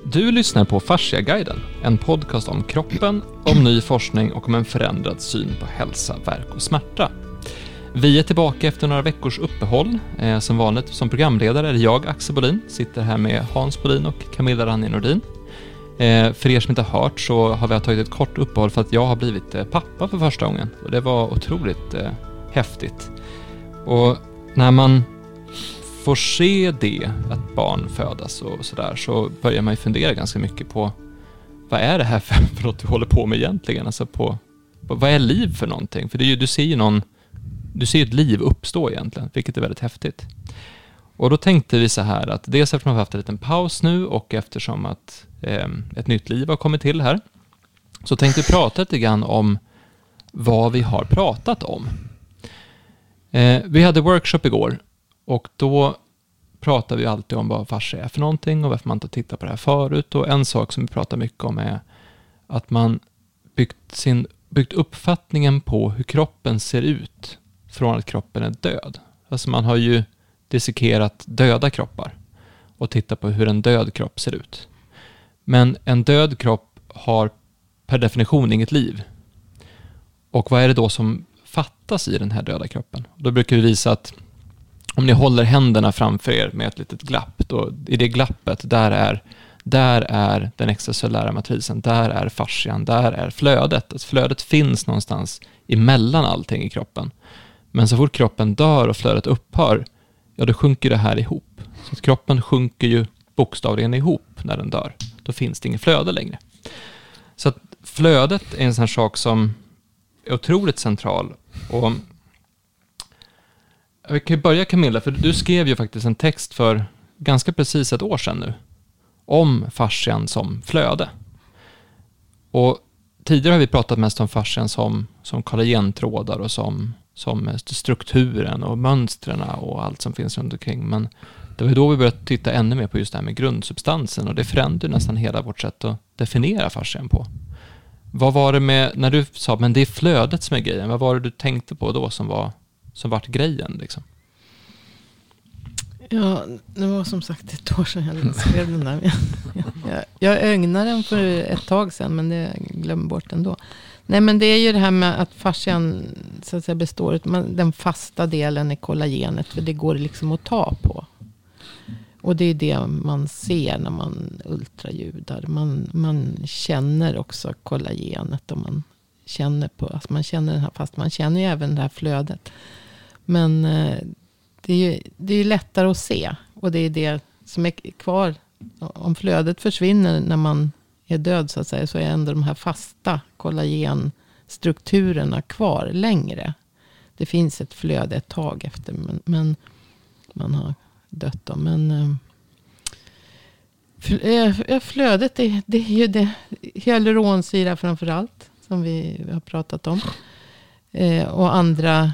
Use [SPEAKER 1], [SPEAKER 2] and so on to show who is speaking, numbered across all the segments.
[SPEAKER 1] Du lyssnar på Fasciaguiden, en podcast om kroppen, om ny forskning och om en förändrad syn på hälsa, värk och smärta. Vi är tillbaka efter några veckors uppehåll. Som vanligt som programledare är jag, Axel Bolin, sitter här med Hans Bolin och Camilla Ranni Nordin. För er som inte har hört så har vi tagit ett kort uppehåll för att jag har blivit pappa för första gången. Och det var otroligt häftigt. Och när man får se det, att barn födas och sådär, så börjar man ju fundera ganska mycket på vad är det här för något du håller på med egentligen? Alltså på vad är liv för någonting? För det är ju, du ser ett liv uppstå egentligen, vilket är väldigt häftigt. Och då tänkte vi så här att dels eftersom vi har haft en liten paus nu och eftersom att ett nytt liv har kommit till här, så tänkte vi prata lite grann om vad vi har pratat om. Vi hade workshop igår och då pratade vi alltid om vad fascia är för någonting och varför man inte tittar på det här förut. Och en sak som vi pratar mycket om är att man byggt uppfattningen på hur kroppen ser ut från att kroppen är död. Alltså man har ju dissekerat döda kroppar och tittat på hur en död kropp ser ut. Men en död kropp har per definition inget liv. Och vad är det då som fattas i den här döda kroppen? Då brukar vi visa att om ni håller händerna framför er med ett litet glapp, då i det glappet där är den extracellulära matrisen, där är fascian, där är flödet. Alltså flödet finns någonstans emellan allting i kroppen. Men så fort kroppen dör och flödet upphör, ja då sjunker det här ihop. Så att kroppen sjunker ju bokstavligen ihop när den dör. Då finns det ingen flöde längre. Så att flödet är en sån här sak som är otroligt central. Och vi kan ju börja, Camilla, för du skrev ju faktiskt en text för ganska precis ett år sedan nu om fascian som flöde. Och tidigare har vi pratat mest om fascian som kollagentrådar och som strukturen och mönstren och allt som finns runt omkring. Men det var då vi började titta ännu mer på just det här med grundsubstansen, och det förändrar nästan hela vårt sätt att definiera fascian på. Vad var det med, när du sa men det är flödet som är grejen, vad var det du tänkte på då som vart grejen liksom?
[SPEAKER 2] Ja, det var som sagt ett år sedan jag skrev den där. Jag ögnade den för ett tag sedan, men det glömmer bort ändå. Nej, men det är ju det här med att fascian så att säga består av den fasta delen i kollagenet, för det går liksom att ta på. Och det är det man ser när man ultraljudar. Man känner också kollagenet och man känner på, alltså man känner den här, fast man känner ju även det här flödet. Men det är ju lättare att se, och det är det som är kvar. Om flödet försvinner när man är död så att säga, så är ändå de här fasta kollagenstrukturerna kvar längre. Det finns ett flöde ett tag efter, men man har dött då. Men flödet det är ju det hyaluronsyra framförallt som vi har pratat om, och andra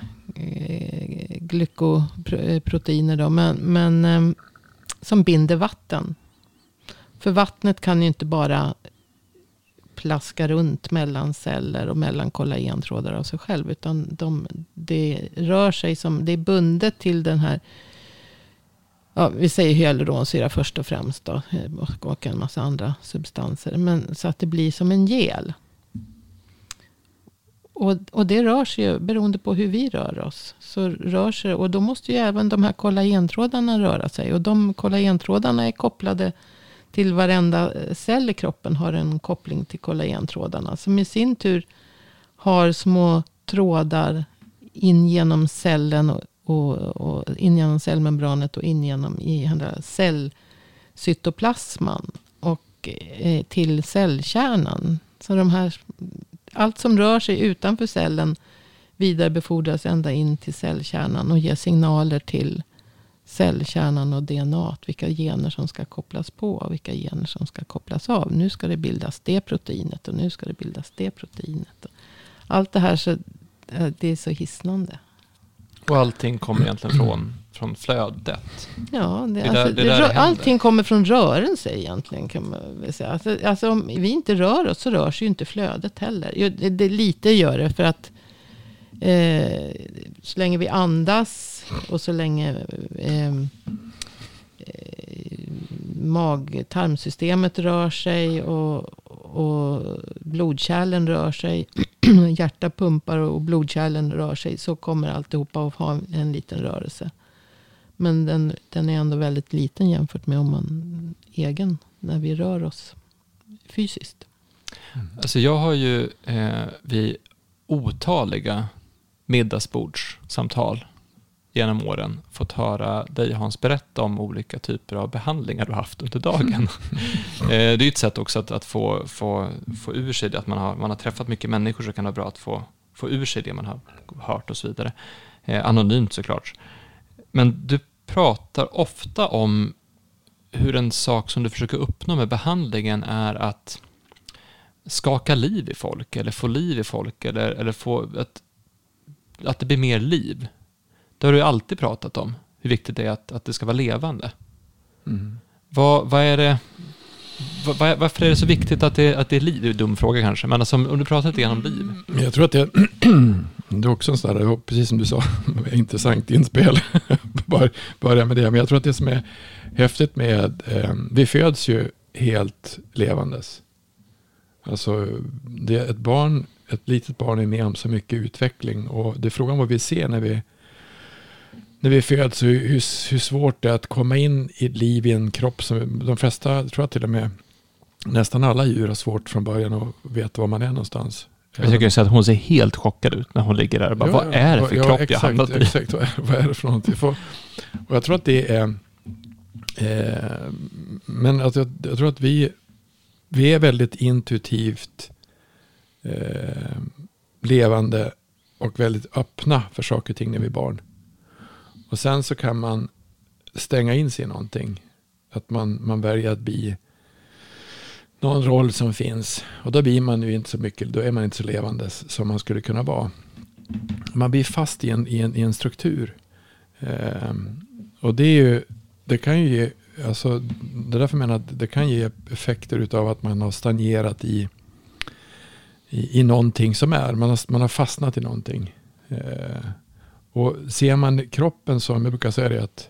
[SPEAKER 2] glykoproteiner då, men som binder vatten. För vattnet kan ju inte bara plaska runt mellan celler och mellan kollagentrådar av sig själv, utan det rör sig som, det är bundet till den här, ja, vi säger hyaluronsyra först och främst då, och en massa andra substanser, men så att det blir som en gel. Och det rör sig ju, beroende på hur vi rör oss, så rör sig, och då måste ju även de här kollagentrådarna röra sig, och de kollagentrådarna är kopplade till varenda cell i kroppen, har en koppling till kollagentrådarna, som i sin tur har små trådar in genom cellen och in genom cellmembranet och in genom i cellcytoplasman och till cellkärnan. Så de här, allt som rör sig utanför cellen vidarebefordras ända in till cellkärnan och ger signaler till cellkärnan och DNA, vilka gener som ska kopplas på och vilka gener som ska kopplas av. Nu ska det bildas det proteinet och nu ska det bildas det proteinet. Allt det här, så det är så hisnande.
[SPEAKER 1] Och allting kommer egentligen från flödet.
[SPEAKER 2] Ja,
[SPEAKER 1] det
[SPEAKER 2] allting kommer från rörelse egentligen, kan man väl säga. Alltså om vi inte rör oss så rör sig ju inte flödet heller. Det lite gör det, för att så länge vi andas och så länge mag-tarmsystemet rör sig och blodkärlen rör sig. Hjärta pumpar och blodkärlen rör sig. Så kommer alltihopa att ha en liten rörelse. Men den är ändå väldigt liten jämfört med om man när vi rör oss fysiskt.
[SPEAKER 1] Alltså jag har ju vid otaliga middagsbordssamtal genom åren fått höra dig, Hans, berätta om olika typer av behandlingar du har haft under dagen. Det är ju ett sätt också att få ur sig det, att man har träffat mycket människor, så kan det vara bra att få ur sig det man har hört och så vidare. Anonymt såklart. Men du pratar ofta om hur en sak som du försöker uppnå med behandlingen är att skaka liv i folk, eller få liv i folk, eller få att det blir mer liv. Det har du ju alltid pratat om, hur viktigt det är att det ska vara levande. Mm. Vad är det, varför är det så viktigt att det är liv? Det är en dum fråga kanske, men alltså, om du pratar lite grann om liv.
[SPEAKER 3] Jag tror att det är också en sån där, precis som du sa, intressant inspel. Börja med det. Men jag tror att det som är häftigt med, vi föds ju helt levandes. Alltså det är ett litet barn är med om så mycket utveckling, och det är frågan vad vi ser när vi föds, hur svårt det är att komma in i ett liv i en kropp som de flesta, tror jag till och med nästan alla djur har svårt från början att veta var man är någonstans.
[SPEAKER 1] Jag tycker att hon ser helt chockad ut när hon ligger där. Bara, vad är det för kropp exakt, jag hamnat i?
[SPEAKER 3] Exakt, vad är det för någonting? Och jag tror att det är men att jag tror att vi är väldigt intuitivt levande och väldigt öppna för saker och ting när vi är barn. Och sen så kan man stänga in sig i någonting. Att man väljer att bli någon roll som finns. Och då blir man ju inte så mycket, då är man inte så levande som man skulle kunna vara. Man blir fast i en struktur. Och det kan ju ge, alltså det är därför jag menar att det kan ge effekter utav att man har stagnerat i någonting som är. Man har fastnat i någonting. Och ser man kroppen som, jag brukar säga det, att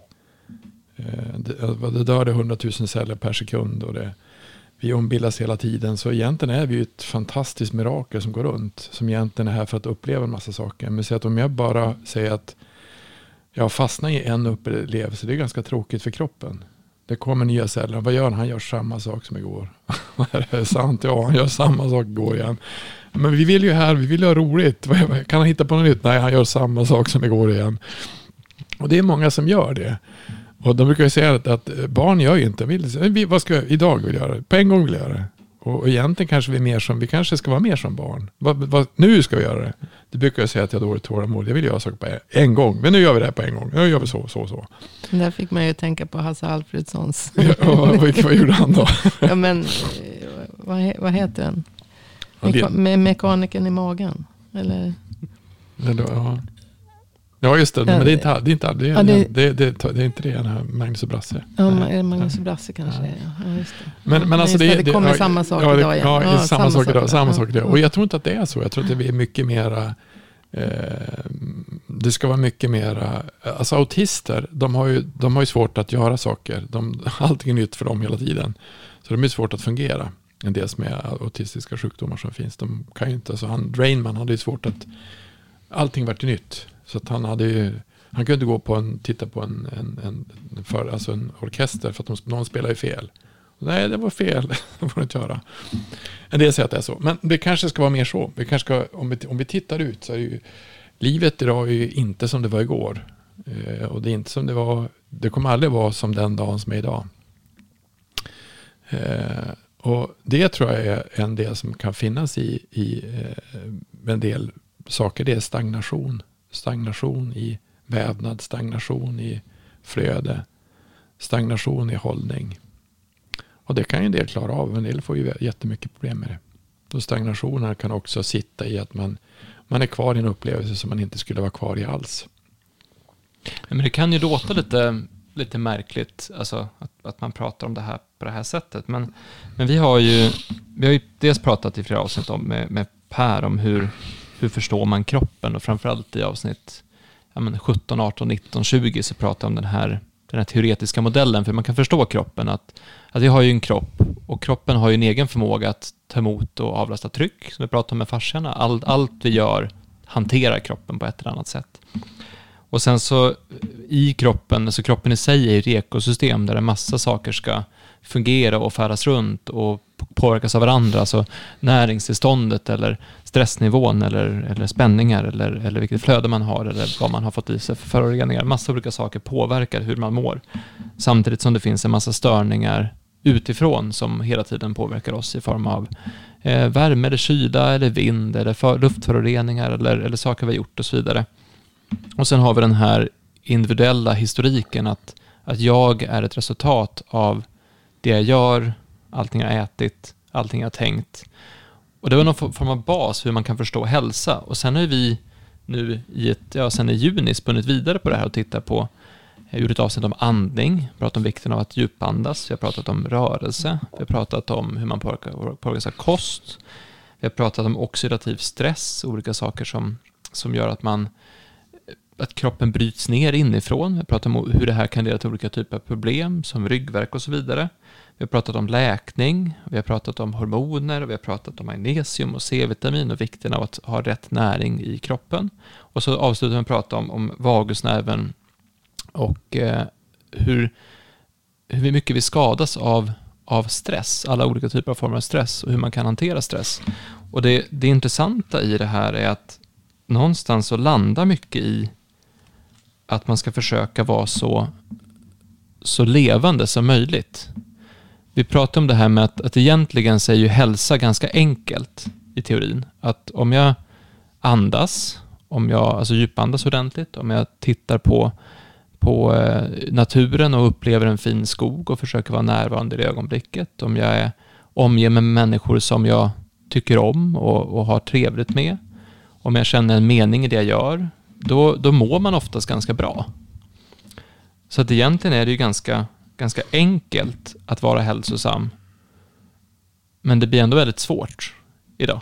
[SPEAKER 3] det dör 100 000 celler per sekund och vi ombildas hela tiden, så egentligen är vi ju ett fantastiskt mirakel som går runt, som egentligen är här för att uppleva en massa saker. Men så att om jag bara säger att jag fastnar i en upplevelse, det är ganska tråkigt för kroppen. Det kommer nya celler. Vad gör han? Han gör samma sak som igår. Är det sant? Ja, han gör samma sak igår igen. Men vi vill ju ha roligt. Kan han hitta på något nytt? Nej, han gör samma sak som igår igen. Och det är många som gör det. Och de brukar ju säga att barn gör ju inte. Vad ska jag idag vill göra det? På en gång vill jag göra det. Och egentligen kanske vi kanske ska vara mer som barn. Nu ska vi göra det. Det brukar jag säga att jag har dåligt tålamod. Jag vill göra saker på en gång. Men nu gör vi det här på en gång. Nu gör vi så.
[SPEAKER 2] Där fick man ju tänka på Hasse Alfredsons.
[SPEAKER 3] Vad gjorde han då?
[SPEAKER 2] Ja, men vad heter den? Med mekaniken i magen. Eller?
[SPEAKER 3] Ja, just det. Men det är inte det här Magnus och Brasse.
[SPEAKER 2] Ja, Magnus och Brasse kanske är. Ja, just det.
[SPEAKER 3] Men alltså
[SPEAKER 2] det kommer samma sak idag igen.
[SPEAKER 3] Ja, samma sak idag. Och jag tror inte att det är så. Jag tror att det är mycket mera det ska vara mycket mera, alltså autister, de har ju svårt att göra saker. Allting är nytt för dem hela tiden. Så de är svårt att fungera. En del med autistiska sjukdomar som finns. De kan ju inte, alltså Drainman hade ju svårt att allting vart nytt. Så att han kunde inte gå titta på en orkester för att någon spelar ju fel. Nej, det var fel. Det får du inte göra. En del säger att det är så. Men det kanske ska vara mer så. Vi kanske ska, om vi tittar ut så är ju livet idag är ju inte som det var igår. Och det är inte som det var. Det kommer aldrig vara som den dagen som är idag. Och det tror jag är en del som kan finnas i en del saker. Det är stagnation. Stagnation i vävnad, stagnation i flöde, stagnation i hållning. Och det kan ju en del klara av, en del får ju jättemycket problem med det. Och stagnationen kan också sitta i att man är kvar i en upplevelse som man inte skulle vara kvar i alls.
[SPEAKER 1] Men det kan ju låta lite märkligt, alltså att man pratar om det här på det här sättet. Men vi har ju dels pratat i flera avsnitt om med Per om hur förstår man kroppen, och framförallt i avsnitt 17, 18, 19, 20 så pratar om den här den här teoretiska modellen, för man kan förstå kroppen att vi har ju en kropp, och kroppen har ju en egen förmåga att ta emot och avlasta tryck, som vi pratar om med fasciarna. Allt vi gör hanterar kroppen på ett eller annat sätt. Och sen så i kroppen, alltså kroppen i sig är ett ekosystem där en massa saker ska fungera och färdas runt och påverkas av varandra, alltså näringstillståndet eller stressnivån eller spänningar eller vilket flöde man har eller vad man har fått i sig för föroreningar. Massa olika saker påverkar hur man mår, samtidigt som det finns en massa störningar utifrån som hela tiden påverkar oss i form av värme eller kyla eller vind eller luftföroreningar eller saker vi har gjort och så vidare. Och sen har vi den här individuella historiken att jag är ett resultat av det jag gör, allting jag ätit, allting jag tänkt. Och det var någon form av bas hur man kan förstå hälsa. Och sen har vi nu sen i juni spunnit vidare på det här och tittat på, gjort ett avsnitt om andning, pratat om vikten av att djupandas, vi har pratat om rörelse, vi har pratat om hur man påverkas av kost, vi har pratat om oxidativ stress, olika saker som gör att kroppen bryts ner inifrån. Vi har pratat om hur det här kan leda till olika typer av problem som ryggvärk och så vidare. Vi har pratat om läkning, vi har pratat om hormoner och vi har pratat om magnesium och C-vitamin och vikten av att ha rätt näring i kroppen. Och så avslutar vi med att prata om vagusnerven och hur mycket vi skadas av stress, alla olika typer av former av stress och hur man kan hantera stress. Och det intressanta i det här är att någonstans så landar mycket i att man ska försöka vara så levande som möjligt. Vi pratar om det här med att egentligen så är ju hälsa ganska enkelt i teorin. Att om jag andas, alltså djupandas ordentligt, om jag tittar på naturen och upplever en fin skog och försöker vara närvarande i det ögonblicket, om jag omger mig med människor som jag tycker om och har trevligt med, om jag känner en mening i det jag gör, då mår man oftast ganska bra. Så att egentligen är det ju ganska enkelt att vara hälsosam. Men det blir ändå väldigt svårt idag.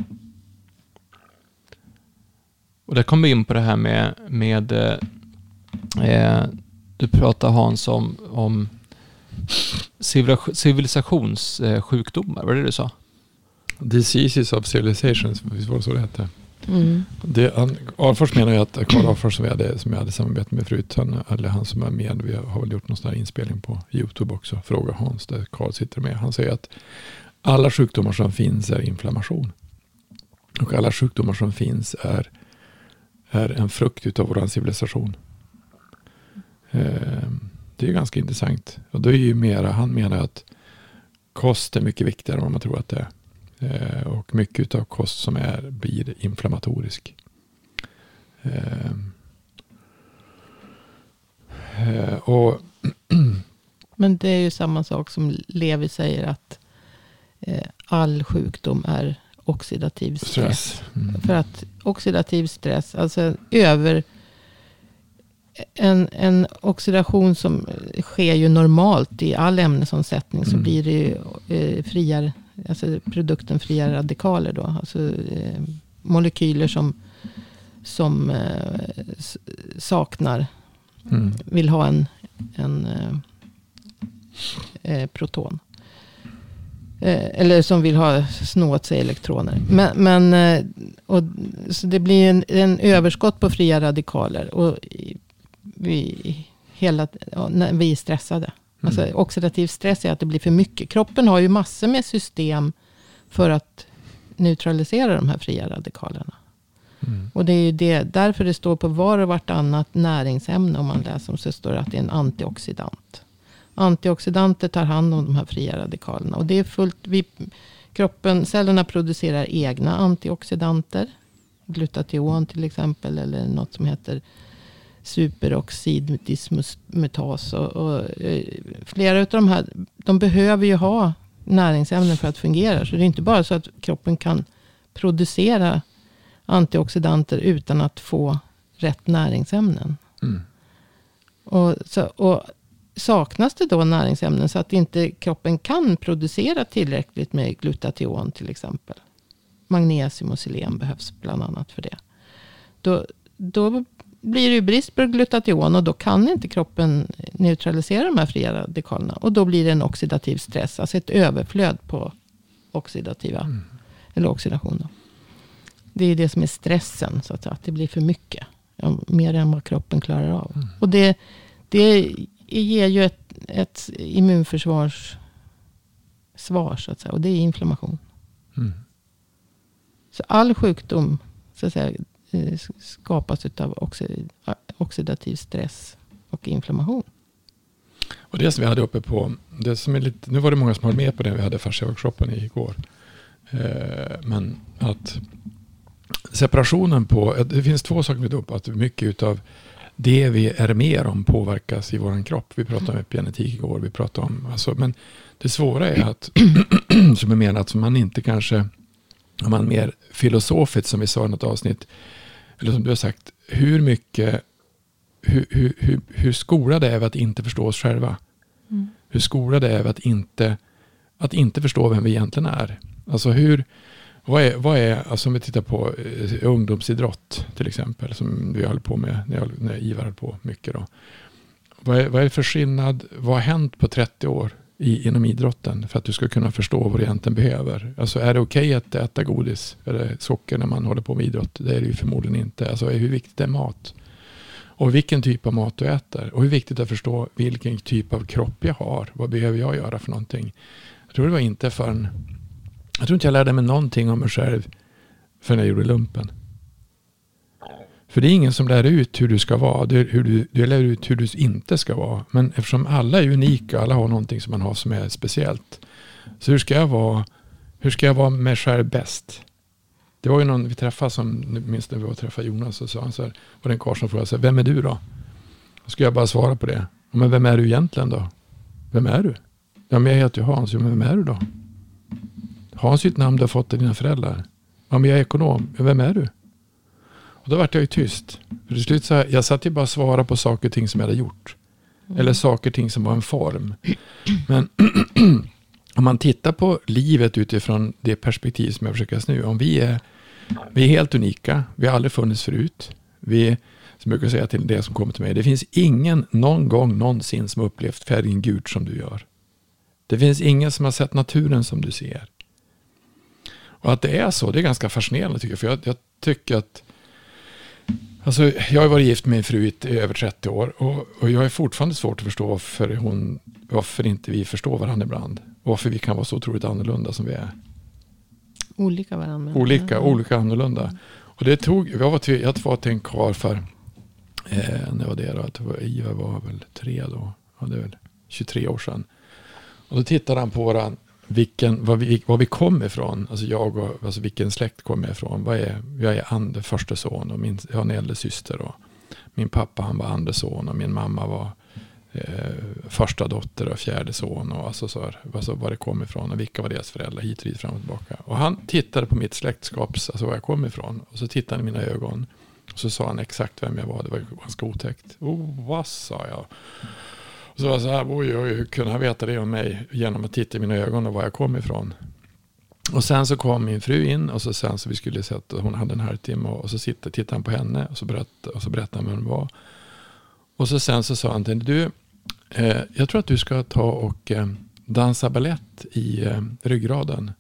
[SPEAKER 1] Och där kommer vi in på det här med du pratar, Hans, om civilisationssjukdomar. Vad är det du sa?
[SPEAKER 3] Diseases of civilizations, visst var det så det hette?
[SPEAKER 2] Mm.
[SPEAKER 3] Ahlfors menar ju att Karl Ahlfors som jag hade samarbetat med förut, han som är med, vi har väl gjort någon sån här inspelning på YouTube också, Fråga Hans, där Karl sitter med. Han säger att alla sjukdomar som finns är inflammation. Och alla sjukdomar som finns är en frukt utav vår civilisation. Det är ganska intressant. Och då är ju han menar att kost är mycket viktigare än vad man tror att det är. Och mycket av kost som blir inflammatorisk.
[SPEAKER 2] Men det är ju samma sak som Levi säger, att all sjukdom är oxidativ stress. För att oxidativ stress, alltså en oxidation som sker ju normalt i all ämnesomsättning, så blir det ju produkten fria radikaler då. Alltså molekyler som saknar, vill ha en proton. Eller som vill sno åt sig elektroner. Så det blir en överskott på fria radikaler. Och när vi är stressade. Alltså oxidativ stress är att det blir för mycket. Kroppen har ju massor med system för att neutralisera de här fria radikalerna. Och det är ju därför det står på var och vartannat näringsämne, om man läser om, så står det att det är en antioxidant. Antioxidanter tar hand om de här fria radikalerna. Och det är cellerna producerar egna antioxidanter. Glutation till exempel, eller något som heter superoxidismutas. Och flera av de här, de behöver ju ha näringsämnen för att fungera. Så det är inte bara så att kroppen kan producera antioxidanter utan att få rätt näringsämnen. Och saknas det då näringsämnen så att inte kroppen kan producera tillräckligt med glutation till exempel. Magnesium och selen behövs bland annat för det. Då blir det ju brist på glutation och då kan inte kroppen neutralisera de här fria radikalerna. Och då blir det en oxidativ stress, alltså ett överflöd på oxidativa, eller oxidation då. Det är det som är stressen, så att det blir för mycket. Mer än vad kroppen klarar av. Och det ger ju ett immunförsvarssvar, så att säga. Och det är inflammation. Så all sjukdom, så att säga, skapas av oxidativ stress och inflammation.
[SPEAKER 3] Och det som vi hade uppe på, det som är lite, nu var det många som höll med på det vi hade fascia-workshopen igår. Men att separationen på, det finns två saker vi tog upp, att mycket utav det vi är med om påverkas i våran kropp. Vi pratade om genetik igår, vi pratade om, alltså, men det svåra är att, som jag menar, att man inte kanske, om man mer filosofiskt, som vi sa i något avsnitt, eller som du har sagt, hur mycket, hur skolade är vi att inte förstå oss själva? Hur skolade är vi att inte förstå vem vi egentligen är? Alltså vad är alltså om vi tittar på ungdomsidrott till exempel, som vi höll på med när Ivar höll på mycket då. Vad är det för skillnad? Vad har hänt på 30 år inom idrotten för att du ska kunna förstå vad du egentligen behöver? Alltså är det okej att äta godis eller socker när man håller på med idrott? Det är det ju förmodligen inte. Alltså hur viktigt är mat? Och vilken typ av mat du äter. Och hur viktigt att förstå vilken typ av kropp jag har. Vad behöver jag göra för någonting? Jag tror det var inte förrän, jag tror inte jag lärde mig någonting om mig själv förrän jag gjorde lumpen. För det är ingen som lär ut hur du ska vara. Du lär ut hur du inte ska vara. Men eftersom alla är unika, alla har någonting som man har som är speciellt. Så hur ska jag vara mig själv bäst? Det var ju någon vi träffade, som minst när vi var och träffade Jonas, och sa han så här, var det en karl som frågade så här, vem är du då? Då ska jag bara svara på det. Men vem är du egentligen då? Vem är du? Ja, men jag heter ju Hans. Men vem är du då? Hans är ett namn du har fått av dina föräldrar. Ja, men jag är ekonom. Men vem är du? Och då vart jag ju tyst. För till slut så här, jag satt ju bara och svara på saker och ting som jag hade gjort. Eller saker och ting som var en form. Men om man tittar på livet utifrån det perspektiv som jag försöker se nu. Om vi är helt unika. Vi har aldrig funnits förut. Vi, som jag brukar säga till det som kommer till mig. Det finns ingen någon gång någonsin som upplevt färgen gult som du gör. Det finns ingen som har sett naturen som du ser. Och att det är så, det är ganska fascinerande tycker jag. För jag tycker att, alltså jag har varit gift med min fru i över 30 år. Och jag är fortfarande svårt att förstå varför inte vi förstår varandra ibland. Varför vi kan vara så otroligt annorlunda som vi är.
[SPEAKER 2] Olika varandra.
[SPEAKER 3] Olika annorlunda. Och det tog, jag var till en karl för, när var det då? Ivar var väl 3 då. Ja, det är väl 23 år sedan. Och då tittade han på var vi kommer ifrån. Alltså vilken släkt kommer jag ifrån. Jag är första son och jag har en äldre syster. Och min pappa, han var andra son och min mamma var första dotter och fjärde son. Och alltså var det kom ifrån och vilka var deras föräldrar hit och dit fram och tillbaka. Och han tittade på mitt släktskaps, alltså var jag kom ifrån. Och så tittade han i mina ögon. Och så sa han exakt vem jag var. Det var ganska otäckt. Vad sa jag? Så var det så här, hur kunde han veta det om mig genom att titta i mina ögon och var jag kom ifrån. Och sen så kom min fru in och sen så vi skulle se att hon hade en halvtimme och så tittade han på henne och så berättade han vem hon var. Och så sen så sa han till henne, jag tror att du ska ta och dansa ballett i ryggraden.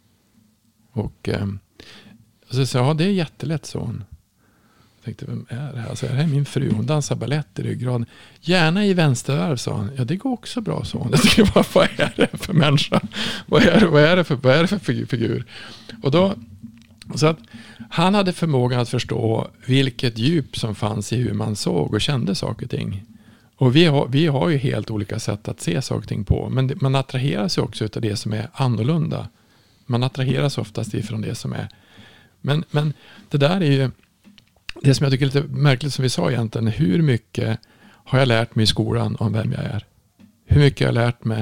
[SPEAKER 3] Och så sa jag, det är jättelätt, så hon. Jag tänkte, vem är det här? Så det här är min fru, hon dansar ballett i ryggraden. Gärna i vänstervarv, sa han. Ja, det går också bra, sa hon. Jag tänkte, vad är det för människa? Vad är det för figur? Och då, så att han hade förmågan att förstå vilket djup som fanns i hur man såg och kände saker och ting. Och vi har ju helt olika sätt att se saker och ting på. Men man attraheras ju också av det som är annorlunda. Man attraheras oftast ifrån det som är. Men det där är ju det som jag tycker är lite märkligt, som vi sa egentligen. Hur mycket har jag lärt mig i skolan om vem jag är? Hur mycket har jag lärt mig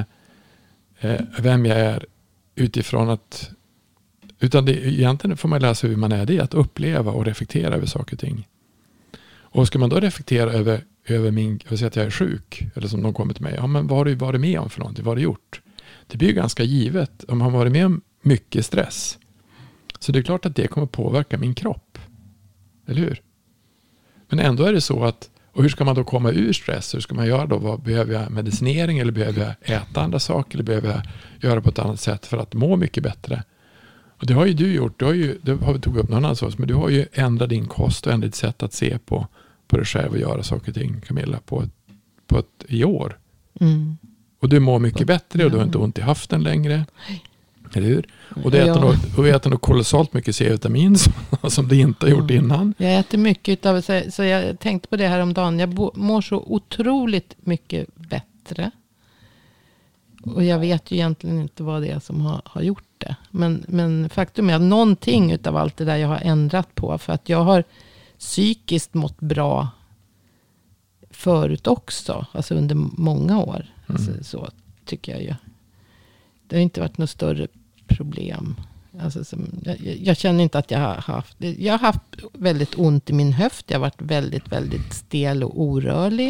[SPEAKER 3] vem jag är utifrån att... Utan det, egentligen får man läsa hur man är. Det är att uppleva och reflektera över saker och ting. Och ska man då reflektera över min... Jag säger att jag är sjuk. Eller som de kommer till mig. Ja, men vad har du varit med om för någonting? Vad har du gjort? Det blir ju ganska givet. Om man har varit med om mycket stress. Så det är klart att det kommer påverka min kropp. Eller hur? Men ändå är det så att, och hur ska man då komma ur stress? Hur ska man göra då? Vad, behöver jag medicinering eller behöver jag äta andra saker eller behöver jag göra på ett annat sätt för att må mycket bättre? Och det har ju du gjort, det har vi tagit upp någon annan sak, men du har ju ändrat din kost och ändrat ditt sätt att se på dig själv och göra saker och ting, Camilla, i år. Mm. Och du mår mycket bättre och du har inte ont i höften längre. Eller hur? Och du äter nog kolossalt mycket C-vitamin som du inte har gjort innan.
[SPEAKER 2] Jag äter mycket av, så jag tänkte på det här om dagen. Jag mår så otroligt mycket bättre. Och jag vet ju egentligen inte vad det är som har gjort det. Men faktum är att någonting utav allt det där jag har ändrat på. För att jag har psykiskt mått bra förut också. Alltså under många år. Alltså, så tycker jag ju. Det har inte varit något större problem. Alltså, jag känner inte att jag har haft väldigt ont i min höft. Jag har varit väldigt, väldigt stel och orörlig.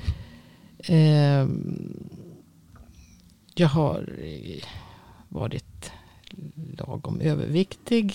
[SPEAKER 2] Jag har varit lagom överviktig.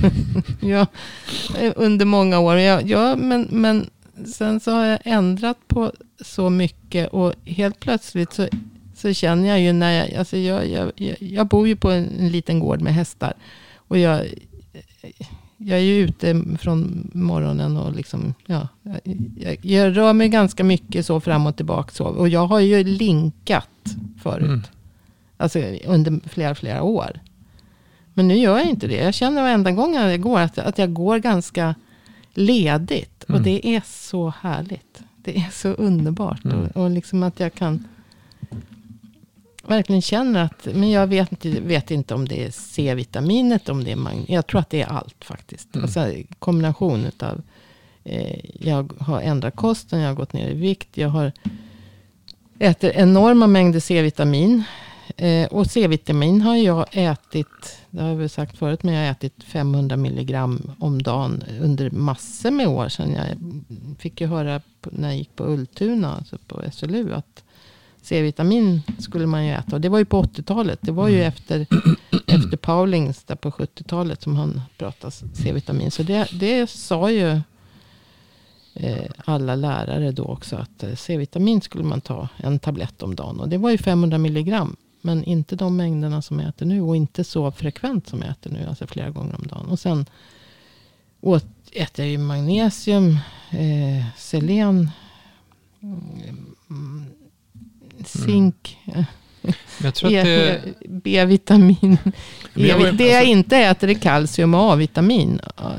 [SPEAKER 2] Under många år. Men sen så har jag ändrat på så mycket. Och helt plötsligt så känner jag ju jag bor ju på en liten gård med hästar. Och jag är ju ute från morgonen och liksom, jag rör mig ganska mycket så fram och tillbaka så. Och jag har ju linkat förut. Alltså under flera år. Men nu gör jag inte det. Jag känner varenda gång jag går att jag går ganska ledigt. Och det är så härligt. Det är så underbart. Och liksom att jag kan verkligen känna att, men jag vet inte om det är C-vitaminet, om det är jag tror att det är allt faktiskt. Alltså kombination utav jag har ändrat kosten, jag har gått ner i vikt, jag äter enorma mängder C-vitamin. Och C-vitamin har jag ätit, det har jag väl sagt förut, men jag har ätit 500 milligram om dagen under massor med år sedan. Jag fick ju höra när jag gick på Ultuna, alltså på SLU, att C-vitamin skulle man ju äta. Och det var ju på 80-talet. Det var ju efter Paulings där på 70-talet som han pratade C-vitamin. Så det sa ju alla lärare då också, att C-vitamin skulle man ta en tablett om dagen. Och det var ju 500 milligram. Men inte de mängderna som jag äter nu. Och inte så frekvent som jag äter nu. Alltså flera gånger om dagen. Och sen äter jag ju magnesium, selen, zink,
[SPEAKER 1] jag tror att
[SPEAKER 2] B-vitamin. Det jag inte äter är kalcium och A-vitamin.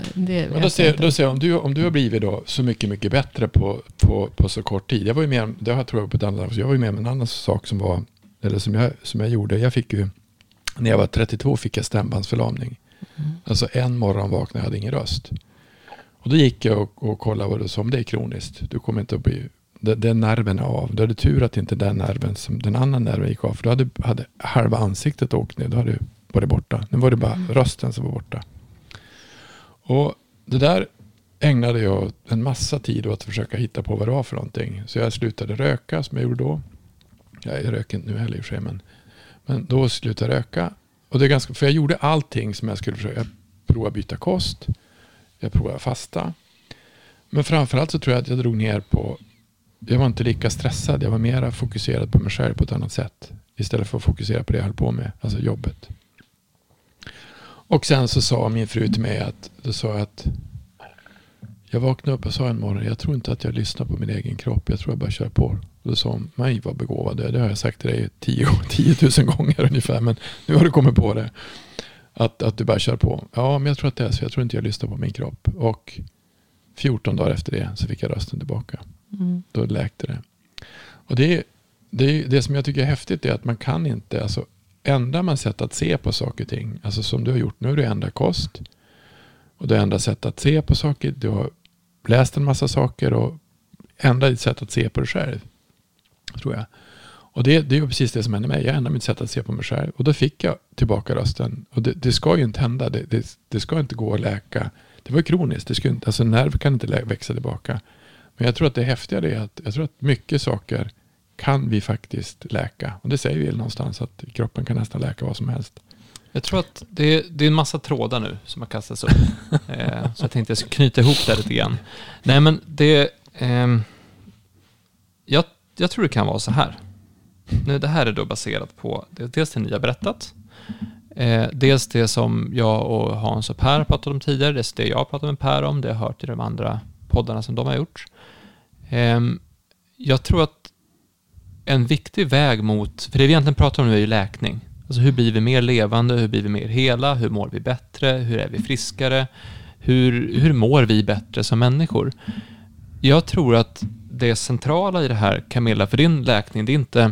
[SPEAKER 3] Då ser om du har blivit då så mycket bättre på så kort tid. Jag var ju med, det har jag tror jag på ett annat, jag var ju med om en annan sak som var, eller som jag gjorde. Jag fick ju, när jag var 32 fick jag stämbandsförlamning. Alltså en morgon vaknade jag hade ingen röst. Och då gick jag och kollade vad det som det är kroniskt. Du kommer inte att bli, den nerven är av. Du hade tur att inte den nerven som den andra nerven gick av. För då hade halva ansiktet åkt ner. Då hade det varit borta. Nu var det bara rösten som var borta. Och det där ägnade jag en massa tid åt att försöka hitta på vad det var för någonting. Så jag slutade röka som jag gjorde då. Jag röker inte nu heller i och för sig. Men då slutade jag röka. Och det är ganska, för jag gjorde allting som jag skulle försöka. Jag provade byta kost. Jag provade fasta. Men framförallt så tror jag att jag drog ner på, jag var inte lika stressad. Jag var mer fokuserad på mig själv på ett annat sätt. Istället för att fokusera på det jag höll på med. Alltså jobbet. Och sen så sa min fru till mig att jag vaknade upp och sa en morgon, jag tror inte att jag lyssnar på min egen kropp. Jag tror jag bara kör på. Och då sa hon, nej vad begåvad det har jag sagt till dig 10 000 gånger ungefär. Men nu har du kommit på det. Att du bara kör på. Ja, men jag tror att det är så. Jag tror inte jag lyssnar på min kropp. Och 14 dagar efter det så fick jag rösten tillbaka. Då läkte det. Och det som jag tycker är häftigt är att man kan inte, alltså ändrar man sätt att se på saker och ting. Alltså som du har gjort nu, du ändrar kost. Och du ändrar sätt att se på saker. Du har läst en massa saker och ändrar ditt sätt att se på dig själv. Tror jag. Och det är ju precis det som hände mig. Jag ändrade mitt sätt att se på mig själv. Och då fick jag tillbaka rösten. Och det ska ju inte hända. Det ska inte gå att läka. Det var ju kroniskt. Det ska inte, alltså nerv kan inte växa tillbaka. Men jag tror att det häftiga är att jag tror att mycket saker kan vi faktiskt läka. Och det säger vi någonstans att kroppen kan nästan läka vad som helst.
[SPEAKER 1] Jag tror att det är en massa trådar nu som har kastats upp. Så jag tänkte jag skulle knyta ihop det lite grann. Nej, men jag tror det kan vara så här. Nu, det här är då baserat på dels det ni har berättat. Dels det som jag och Hans och Per pratade om tidigare. Dels det jag pratade med Per om. Det jag har hört i de andra poddarna som de har gjort. Jag tror att en viktig väg mot... För det vi egentligen pratar om nu är ju läkning. Alltså hur blir vi mer levande? Hur blir vi mer hela? Hur mår vi bättre? Hur är vi friskare? Hur mår vi bättre som människor? Jag tror att det centrala i det här, Camilla, för din läkning, det är inte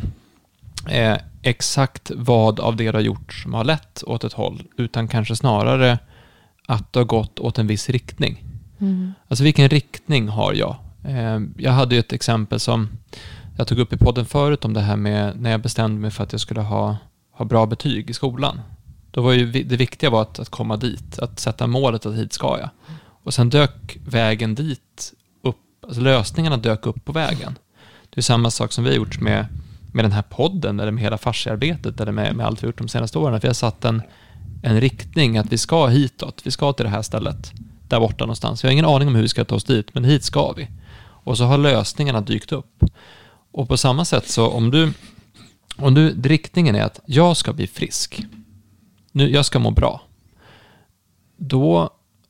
[SPEAKER 1] exakt vad av det du har gjort som har lett åt ett håll, utan kanske snarare att du har gått åt en viss riktning. Alltså vilken riktning har jag? Jag hade ju ett exempel som jag tog upp i podden förut om det här med när jag bestämde mig för att jag skulle ha bra betyg i skolan. Då var ju det viktiga var att komma dit, att sätta målet att hit ska jag. Och sen dök vägen dit upp, alltså lösningarna dök upp på vägen. Det är samma sak som vi har gjort med den här podden eller med hela fasciarbetet eller med allt vi har gjort de senaste åren. För jag har satt en riktning att vi ska hitåt, vi ska till det här stället där borta någonstans. Jag har ingen aning om hur vi ska ta oss dit, men hit ska vi. Och så har lösningarna dykt upp. Och på samma sätt så om du riktningen är att jag ska bli frisk, nu jag ska må bra, då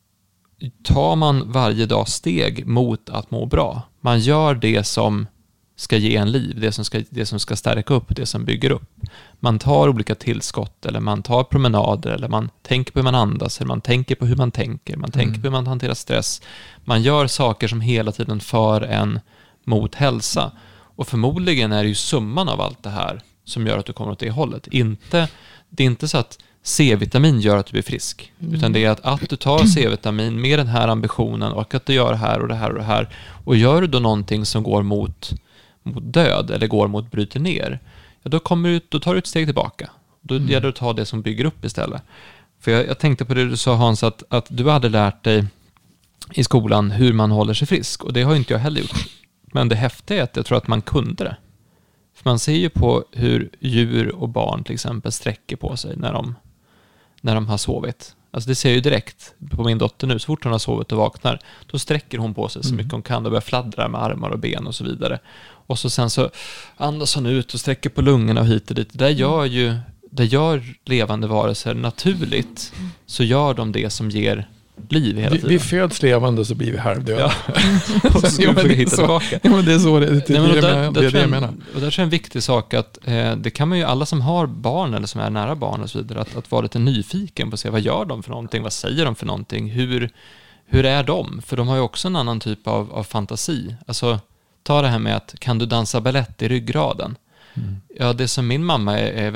[SPEAKER 1] tar man varje dag steg mot att må bra. Man gör det som ska ge en liv, det som ska stärka upp, det som bygger upp. Man tar olika tillskott, eller man tar promenader, eller man tänker på hur man andas, eller man tänker på hur man tänker, man tänker på hur man hanterar stress. Man gör saker som hela tiden för en mot hälsa. Och förmodligen är det ju summan av allt det här som gör att du kommer åt det hållet. Det är inte så att C-vitamin gör att du blir frisk. Utan det är att du tar C-vitamin med den här ambitionen och att du gör det här och det här och det här. Och gör du då någonting som går mot död eller går mot bryter ner, ja, då tar du ett steg tillbaka. Då gäller det att ta det som bygger upp istället. För jag tänkte på det du sa, Hans, att du hade lärt dig i skolan hur man håller sig frisk. Och det har inte jag heller gjort. Men det häftiga är att jag tror att man kunde det. För man ser ju på hur djur och barn till exempel sträcker på sig när de har sovit. Alltså det ser jag ju direkt på min dotter nu. Så fort hon har sovit och vaknar, då sträcker hon på sig så mycket hon kan och börjar fladdra med armar och ben och så vidare. Och så sen så andas hon ut och sträcker på lungorna och hit och dit. Det gör levande varelser naturligt, så gör de det som ger liv hela tiden.
[SPEAKER 3] Vi föds levande så blir vi halvdöda.
[SPEAKER 1] Ja. Och så ska vi försöka hitta tillbaka.
[SPEAKER 3] Ja, men det är så det jag menar.
[SPEAKER 1] Och där är en viktig sak att det kan man ju, alla som har barn eller som är nära barn och så vidare, att vara lite nyfiken på att se vad gör de för någonting, vad säger de för någonting, hur är de? För de har ju också en annan typ av fantasi. Alltså, ta det här med att kan du dansa ballett i ryggraden? Ja, det som min mamma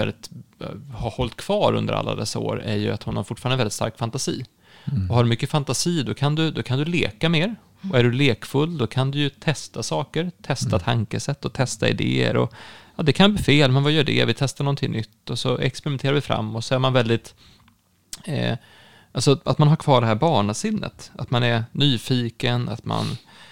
[SPEAKER 1] har hållit kvar under alla dessa år är ju att hon har fortfarande en väldigt stark fantasi. Och har du mycket fantasi, då kan du leka mer. Och är du lekfull, då kan du ju testa saker, testa tankesätt och testa idéer. Och, ja, det kan bli fel, men vad gör det? Vi testar någonting nytt och så experimenterar vi fram. Och så är man väldigt... alltså att man har kvar det här barnasinnet. Att man är nyfiken, att man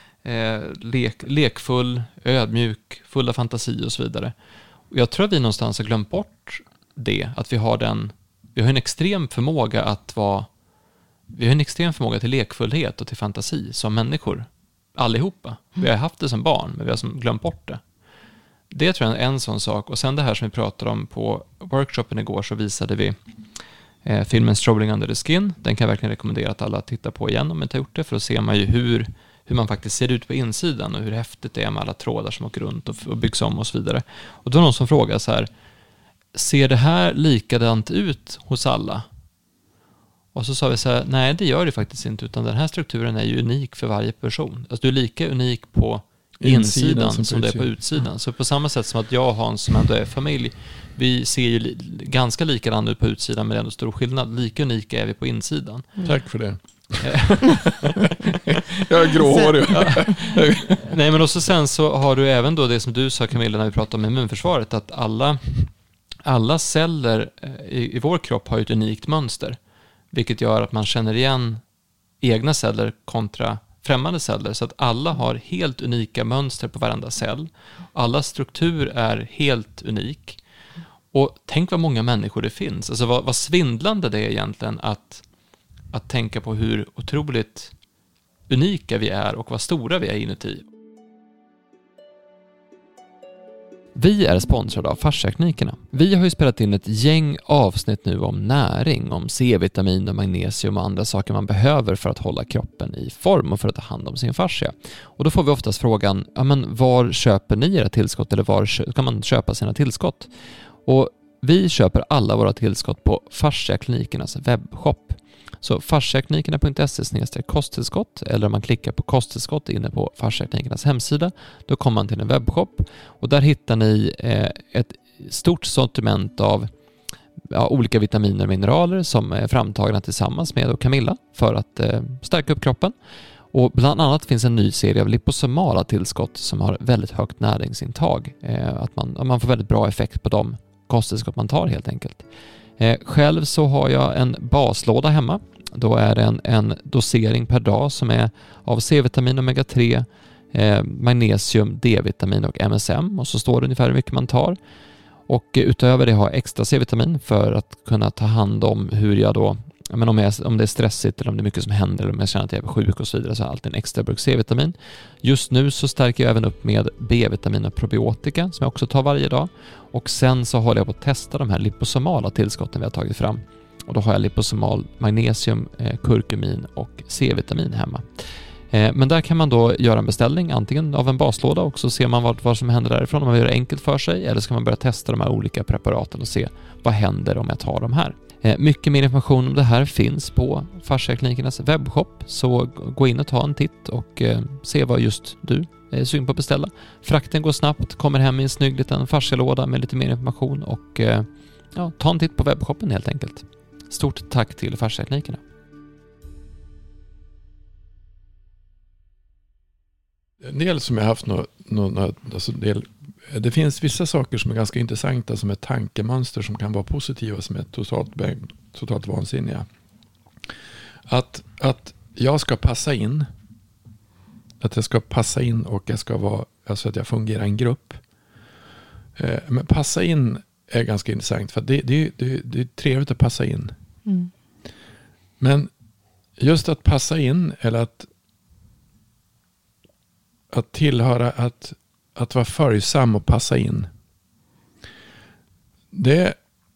[SPEAKER 1] lekfull, ödmjuk, full av fantasi och så vidare. Och jag tror att vi någonstans har glömt bort det. Att vi har en extrem förmåga vi har en extrem förmåga till lekfullhet och till fantasi som människor. Allihopa. Vi har haft det som barn, men vi har glömt bort det. Det tror jag är en sån sak. Och sen det här som vi pratade om på workshopen igår, så visade vi filmen Strolling Under the Skin. Den kan jag verkligen rekommendera att alla tittar på igen om man inte har gjort det. För då ser man ju hur man faktiskt ser ut på insidan och hur häftigt det är med alla trådar som åker runt och byggs om och så vidare. Och då är någon som frågar så här: ser det här likadant ut hos alla? Och så sa vi så här: nej, det gör det faktiskt inte, utan den här strukturen är ju unik för varje person. Alltså du är lika unik på insidan som det är på utsidan. Så på samma sätt som att jag och Hans, som ändå är familj, vi ser ju ganska likadant ut på utsidan, men ändå stor skillnad. Lika unika är vi på insidan.
[SPEAKER 3] Tack för det. Jag är gråhårig.
[SPEAKER 1] Nej, men också sen så har du även då det som du sa, Camilla, när vi pratade om immunförsvaret, att alla celler i vår kropp har ett unikt mönster, vilket gör att man känner igen egna celler kontra främmande celler, så att alla har helt unika mönster på varenda cell. Alla struktur är helt unik. Och tänk vad många människor det finns. Alltså vad svindlande det är egentligen att tänka på hur otroligt unika vi är och vad stora vi är inuti. Vi är sponsrade av Fasciaklinikerna. Vi har ju spelat in ett gäng avsnitt nu om näring, om C-vitamin och magnesium och andra saker man behöver för att hålla kroppen i form och för att ta hand om sin fascia. Och då får vi oftast frågan, ja men var köper ni era tillskott eller var kan man köpa sina tillskott? Och vi köper alla våra tillskott på Fasciaklinikernas webbshop. Så fasciaklinikerna.se/kosttillskott, eller om man klickar på kosttillskott inne på Fasciaklinikernas hemsida, då kommer man till en webbshop och där hittar ni ett stort sortiment av olika vitaminer och mineraler som är framtagna tillsammans med Camilla för att stärka upp kroppen. Och bland annat finns en ny serie av liposomala tillskott som har väldigt högt näringsintag. Att man får väldigt bra effekt på de kosttillskott man tar helt enkelt. Själv så har jag en baslåda hemma. Då är det en dosering per dag som är av C-vitamin, omega-3, magnesium, D-vitamin och MSM. Och så står det ungefär hur mycket man tar. Och utöver det har jag extra C-vitamin för att kunna ta hand om hur jag då, men om det är stressigt eller om det är mycket som händer eller om jag känner att jag är sjuk och så vidare, så har jag alltid en extra burk C-vitamin. Just nu så stärker jag även upp med B-vitamin och probiotika som jag också tar varje dag. Och sen så håller jag på att testa de här liposomala tillskotten vi har tagit fram. Och då har jag liposomal magnesium, kurkumin och C-vitamin hemma. Men där kan man då göra en beställning antingen av en baslåda och så ser man vad som händer därifrån om man gör det enkelt för sig, eller ska man börja testa de här olika preparaten och se vad händer om jag tar de här. Mycket mer information om det här finns på Fasciaklinikernas webbshop, så gå in och ta en titt och se vad just du är sugen på att beställa. Frakten går snabbt, kommer hem i en snygg liten fascialåda med lite mer information och ta en titt på webbshoppen helt enkelt. Stort tack till Fasciaklinikerna.
[SPEAKER 3] En del som jag haft det finns vissa saker som är ganska intressanta som är tankemönster som kan vara positiva som är totalt vansinniga. Att jag ska passa in, och jag ska vara, alltså att jag fungerar i en grupp. Men passa in är ganska intressant för det är trevligt att passa in. Mm. Men just att passa in eller att tillhöra, att vara följsam och passa in. Det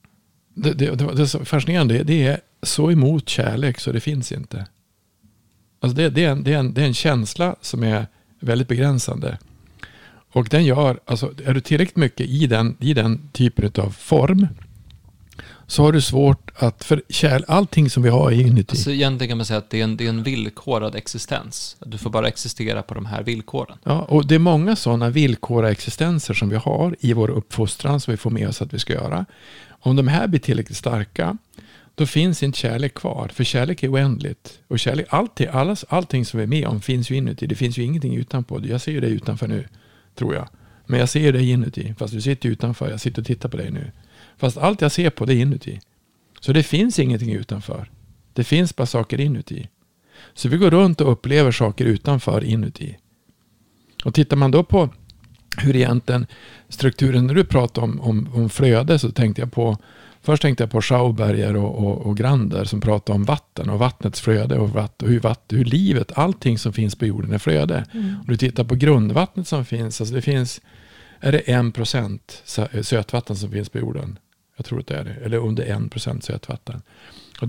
[SPEAKER 3] är så fascinerande. Det är så emot kärlek så det finns inte. Alltså det är en känsla som är väldigt begränsande. Och den gör, alltså är du tillräckligt mycket i den typen av form, så har du svårt att, för allting som vi har är inuti.
[SPEAKER 1] Alltså egentligen kan man säga att det är en villkorad existens. Du får bara existera på de här villkoren.
[SPEAKER 3] Ja, och det är många sådana villkorade existenser som vi har i vår uppfostran som vi får med oss att vi ska göra. Om de här blir tillräckligt starka, då finns inte kärlek kvar. För kärlek är oändligt. Och kärlek, allting som vi är med om finns ju inuti. Det finns ju ingenting utanpå. Jag ser ju det utanför nu, tror jag. Men jag ser ju det inuti. Fast du sitter utanför. Jag sitter och tittar på dig nu. Fast allt jag ser på det är inuti. Så det finns ingenting utanför. Det finns bara saker inuti. Så vi går runt och upplever saker utanför inuti. Och tittar man då på hur egentligen strukturen, när du pratar om flöde, så tänkte jag på Schauberger och Grander som pratar om vatten och vattnets flöde och hur livet, allting som finns på jorden är flöde. Och du tittar på grundvattnet som finns, alltså det finns, är det 1% sötvatten som finns på jorden? Jag tror att det är det. Eller under 1% sötvatten. Och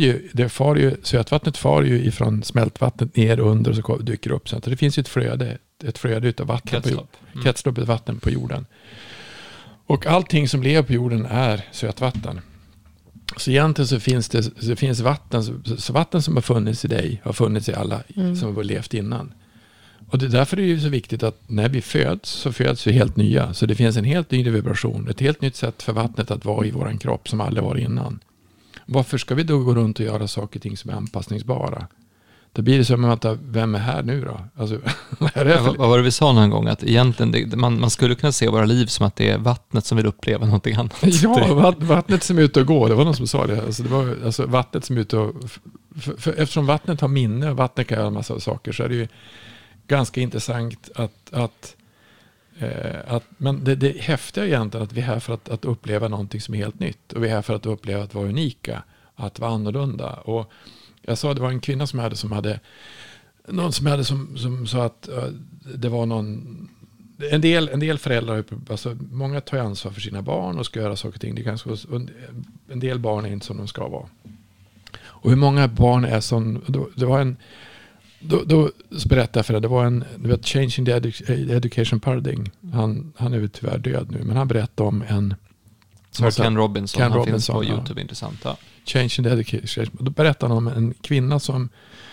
[SPEAKER 3] sötvattnet far ju ifrån smältvattnet ner under och så dyker upp. Så det finns ju ett flöde utav vatten. Kretslopp av vatten på jorden. Och allting som lever på jorden är sötvatten. Så egentligen så finns vatten. Så vatten som har funnits i dig har funnits i alla som har levt innan. Och därför är det ju så viktigt att när vi föds så föds vi helt nya. Så det finns en helt ny vibration. Ett helt nytt sätt för vattnet att vara i våran kropp som aldrig var innan. Varför ska vi då gå runt och göra saker och ting som är anpassningsbara? Då blir det som att vem är här nu då? Alltså,
[SPEAKER 1] vad var det vi sa någon gång? Att egentligen man skulle kunna se våra liv som att det är vattnet som vill uppleva någonting annat.
[SPEAKER 3] Ja, vattnet som är ute och går. Det var någon som sa det. Alltså, det var alltså vattnet som är ute och... För eftersom vattnet har minne och vattnet kan göra en massa saker, så är det ju ganska intressant att Men det häftiga är egentligen att vi är här för att uppleva någonting som är helt nytt. Och vi är här för att uppleva att vara unika. Att vara annorlunda. Och jag sa, det var en kvinna som hade någon som sa att det var någon... En del föräldrar, alltså många tar ansvar för sina barn och ska göra saker och ting. Det är ganska, en del barn är inte som de ska vara. Och hur många barn är som... Det var en... Då berättade jag för det var en Changing the Education Paradigm. Han är ju tyvärr död nu, men han berättade om en...
[SPEAKER 1] Ken Robinson, han finns på YouTube, intressant. Ja.
[SPEAKER 3] Changing the Education. Då berättade han om en kvinna som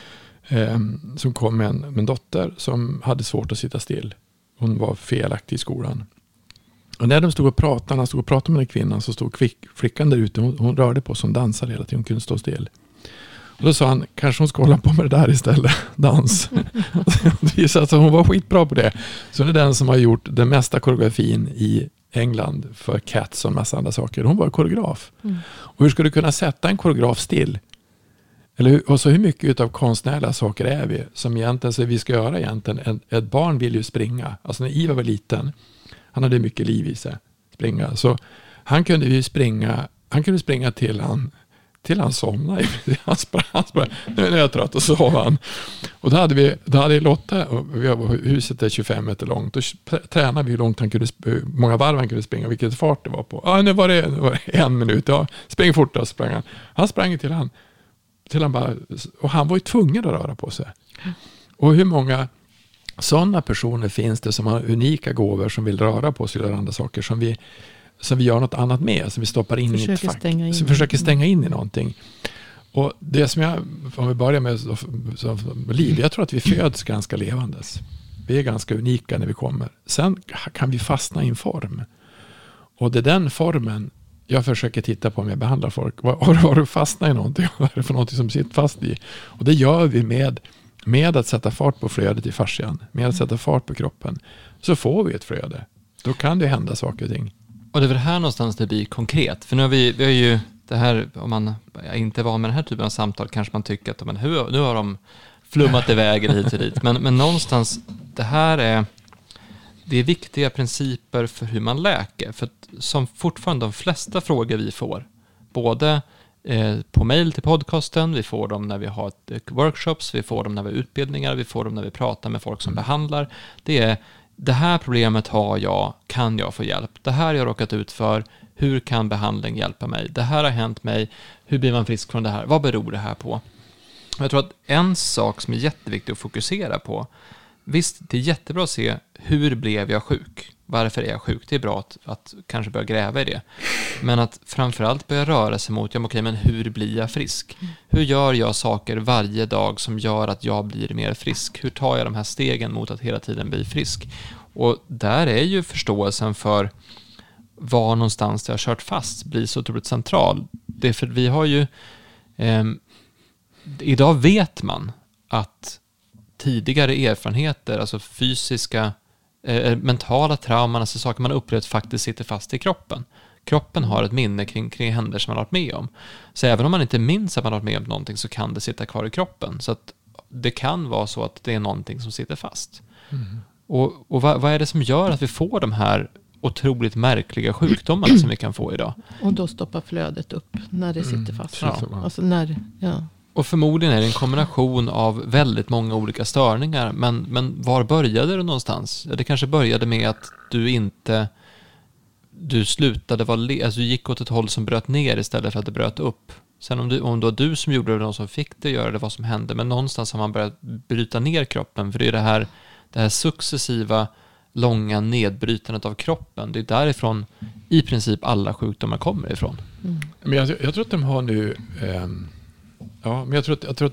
[SPEAKER 3] kom med en dotter som hade svårt att sitta still. Hon var felaktig i skolan. Och när de stod och pratade med den kvinnan, så stod flickan där ute. Hon rörde på som dansade hela tiden. Hon kunde stå still. Och då sa han, kanske hon ska hålla på med det där istället. Dans. Det visade sig att hon var skitbra på det. Så hon är den som har gjort den mesta koreografin i England för Cats och en massa andra saker. Hon var koreograf. Och hur ska du kunna sätta en koreograf still? Och så hur mycket av konstnärliga saker är vi som egentligen så vi ska göra egentligen. Ett barn vill ju springa. Alltså när Ivar var liten, han hade mycket liv i sig. Springa. Så han kunde springa till han somnade. Han sprang. Nu är jag trött och så sov han. Och då hade Lotta, och huset är 25 meter långt. Då tränade vi hur långt många varv han kunde springa, vilket fart det var på. Nu var det 1 minut. Ja, spring fortare, sprang han. Han sprang till han bara, och han var ju tvungen att röra på sig. Och hur många sådana personer finns det som har unika gåvor som vill röra på sig eller andra saker som vi gör något annat med, som vi stoppar in i ett fack. Som försöker stänga in i någonting. Och det som om vi börjar med liv, jag tror att vi föds ganska levandes. Vi är ganska unika när vi kommer. Sen kan vi fastna i en form. Och det är den formen jag försöker titta på om jag behandlar folk. Har du fastnat i någonting? Vad är det för någonting som sitter fast i? Och det gör vi med att sätta fart på flödet i fascian. Med att sätta fart på kroppen. Så får vi ett flöde. Då kan det hända saker och ting.
[SPEAKER 1] Och det är väl här någonstans det blir konkret. För nu har vi har ju det här, om man inte var med den här typen av samtal kanske man tycker att nu har de flummat iväg hit och dit. Men någonstans, det är viktiga principer för hur man läker. För att, som fortfarande de flesta frågor vi får, både på mejl till podcasten, vi får dem när vi har workshops, vi får dem när vi har utbildningar, vi får dem när vi pratar med folk som behandlar. Det här problemet kan jag få hjälp? Det här har jag råkat ut för. Hur kan behandling hjälpa mig? Det här har hänt mig. Hur blir man frisk från det här? Vad beror det här på? Jag tror att en sak som är jätteviktig att fokusera på. Visst, det är jättebra att se hur blev jag sjuk? Varför är jag sjuk? Det är bra att kanske börja gräva i det. Men att framförallt börja röra sig mot, men hur blir jag frisk? Hur gör jag saker varje dag som gör att jag blir mer frisk? Hur tar jag de här stegen mot att hela tiden bli frisk? Och där är ju förståelsen för var någonstans det har kört fast blir så otroligt central. Det är för vi har ju idag vet man att tidigare erfarenheter, alltså fysiska mentala trauman, alltså saker man upplevt faktiskt sitter fast i kroppen. Kroppen har ett minne kring händelser man har varit med om. Så även om man inte minns att man har varit med om någonting så kan det sitta kvar i kroppen. Så att det kan vara så att det är någonting som sitter fast. Mm. Och vad är det som gör att vi får de här otroligt märkliga sjukdomarna som vi kan få idag?
[SPEAKER 2] Och då stoppar flödet upp när det sitter fast.
[SPEAKER 1] Ja.
[SPEAKER 2] Alltså
[SPEAKER 1] Och förmodligen är det en kombination av väldigt många olika störningar. Men var började det någonstans? Det kanske började med att du slutade alltså du gick åt ett håll som bröt ner istället för att det bröt upp. Sen om det var du som gjorde det, någon som fick det göra det, vad som hände. Men någonstans har man börjat bryta ner kroppen. För det är det här successiva, långa nedbrytandet av kroppen. Det är därifrån i princip alla sjukdomar kommer ifrån.
[SPEAKER 3] Mm. Men jag tror att de har nu... men jag tror att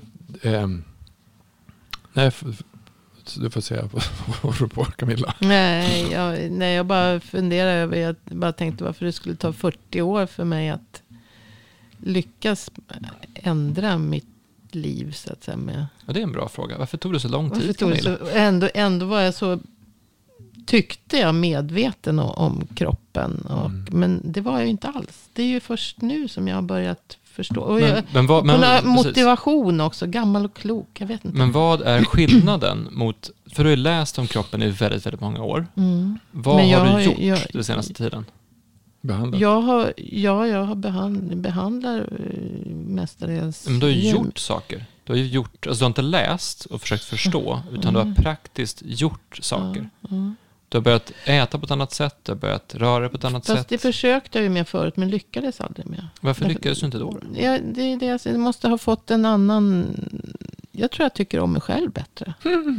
[SPEAKER 3] nej, du får säga vad du på, Camilla.
[SPEAKER 2] Nej, jag bara funderar över, jag bara tänkte varför det skulle ta 40 år för mig att lyckas ändra mitt liv så att säga med.
[SPEAKER 1] Ja, det är en bra fråga. Varför tog det så lång tid, Camilla?
[SPEAKER 2] Ändå var jag så, tyckte jag, medveten om kroppen men det var jag ju inte alls. Det är ju först nu som jag har börjat förstå. Och motivation också, gammal och klok, jag vet inte.
[SPEAKER 1] Men vad är skillnaden mot, för du har läst om kroppen i väldigt, väldigt många år. Vad har du gjort den senaste tiden?
[SPEAKER 3] Behandlat?
[SPEAKER 2] Jag behandlar mestadels.
[SPEAKER 1] Men du har ju gjort saker. Du har inte läst och försökt förstå, utan du har praktiskt gjort saker. Du har börjat äta på ett annat sätt, du har börjat röra på ett annat sätt.
[SPEAKER 2] Fast det försökte jag ju med förut, men lyckades aldrig med.
[SPEAKER 1] Varför lyckades du inte då?
[SPEAKER 2] Ja, det måste ha fått en annan... Jag tror jag tycker om mig själv bättre.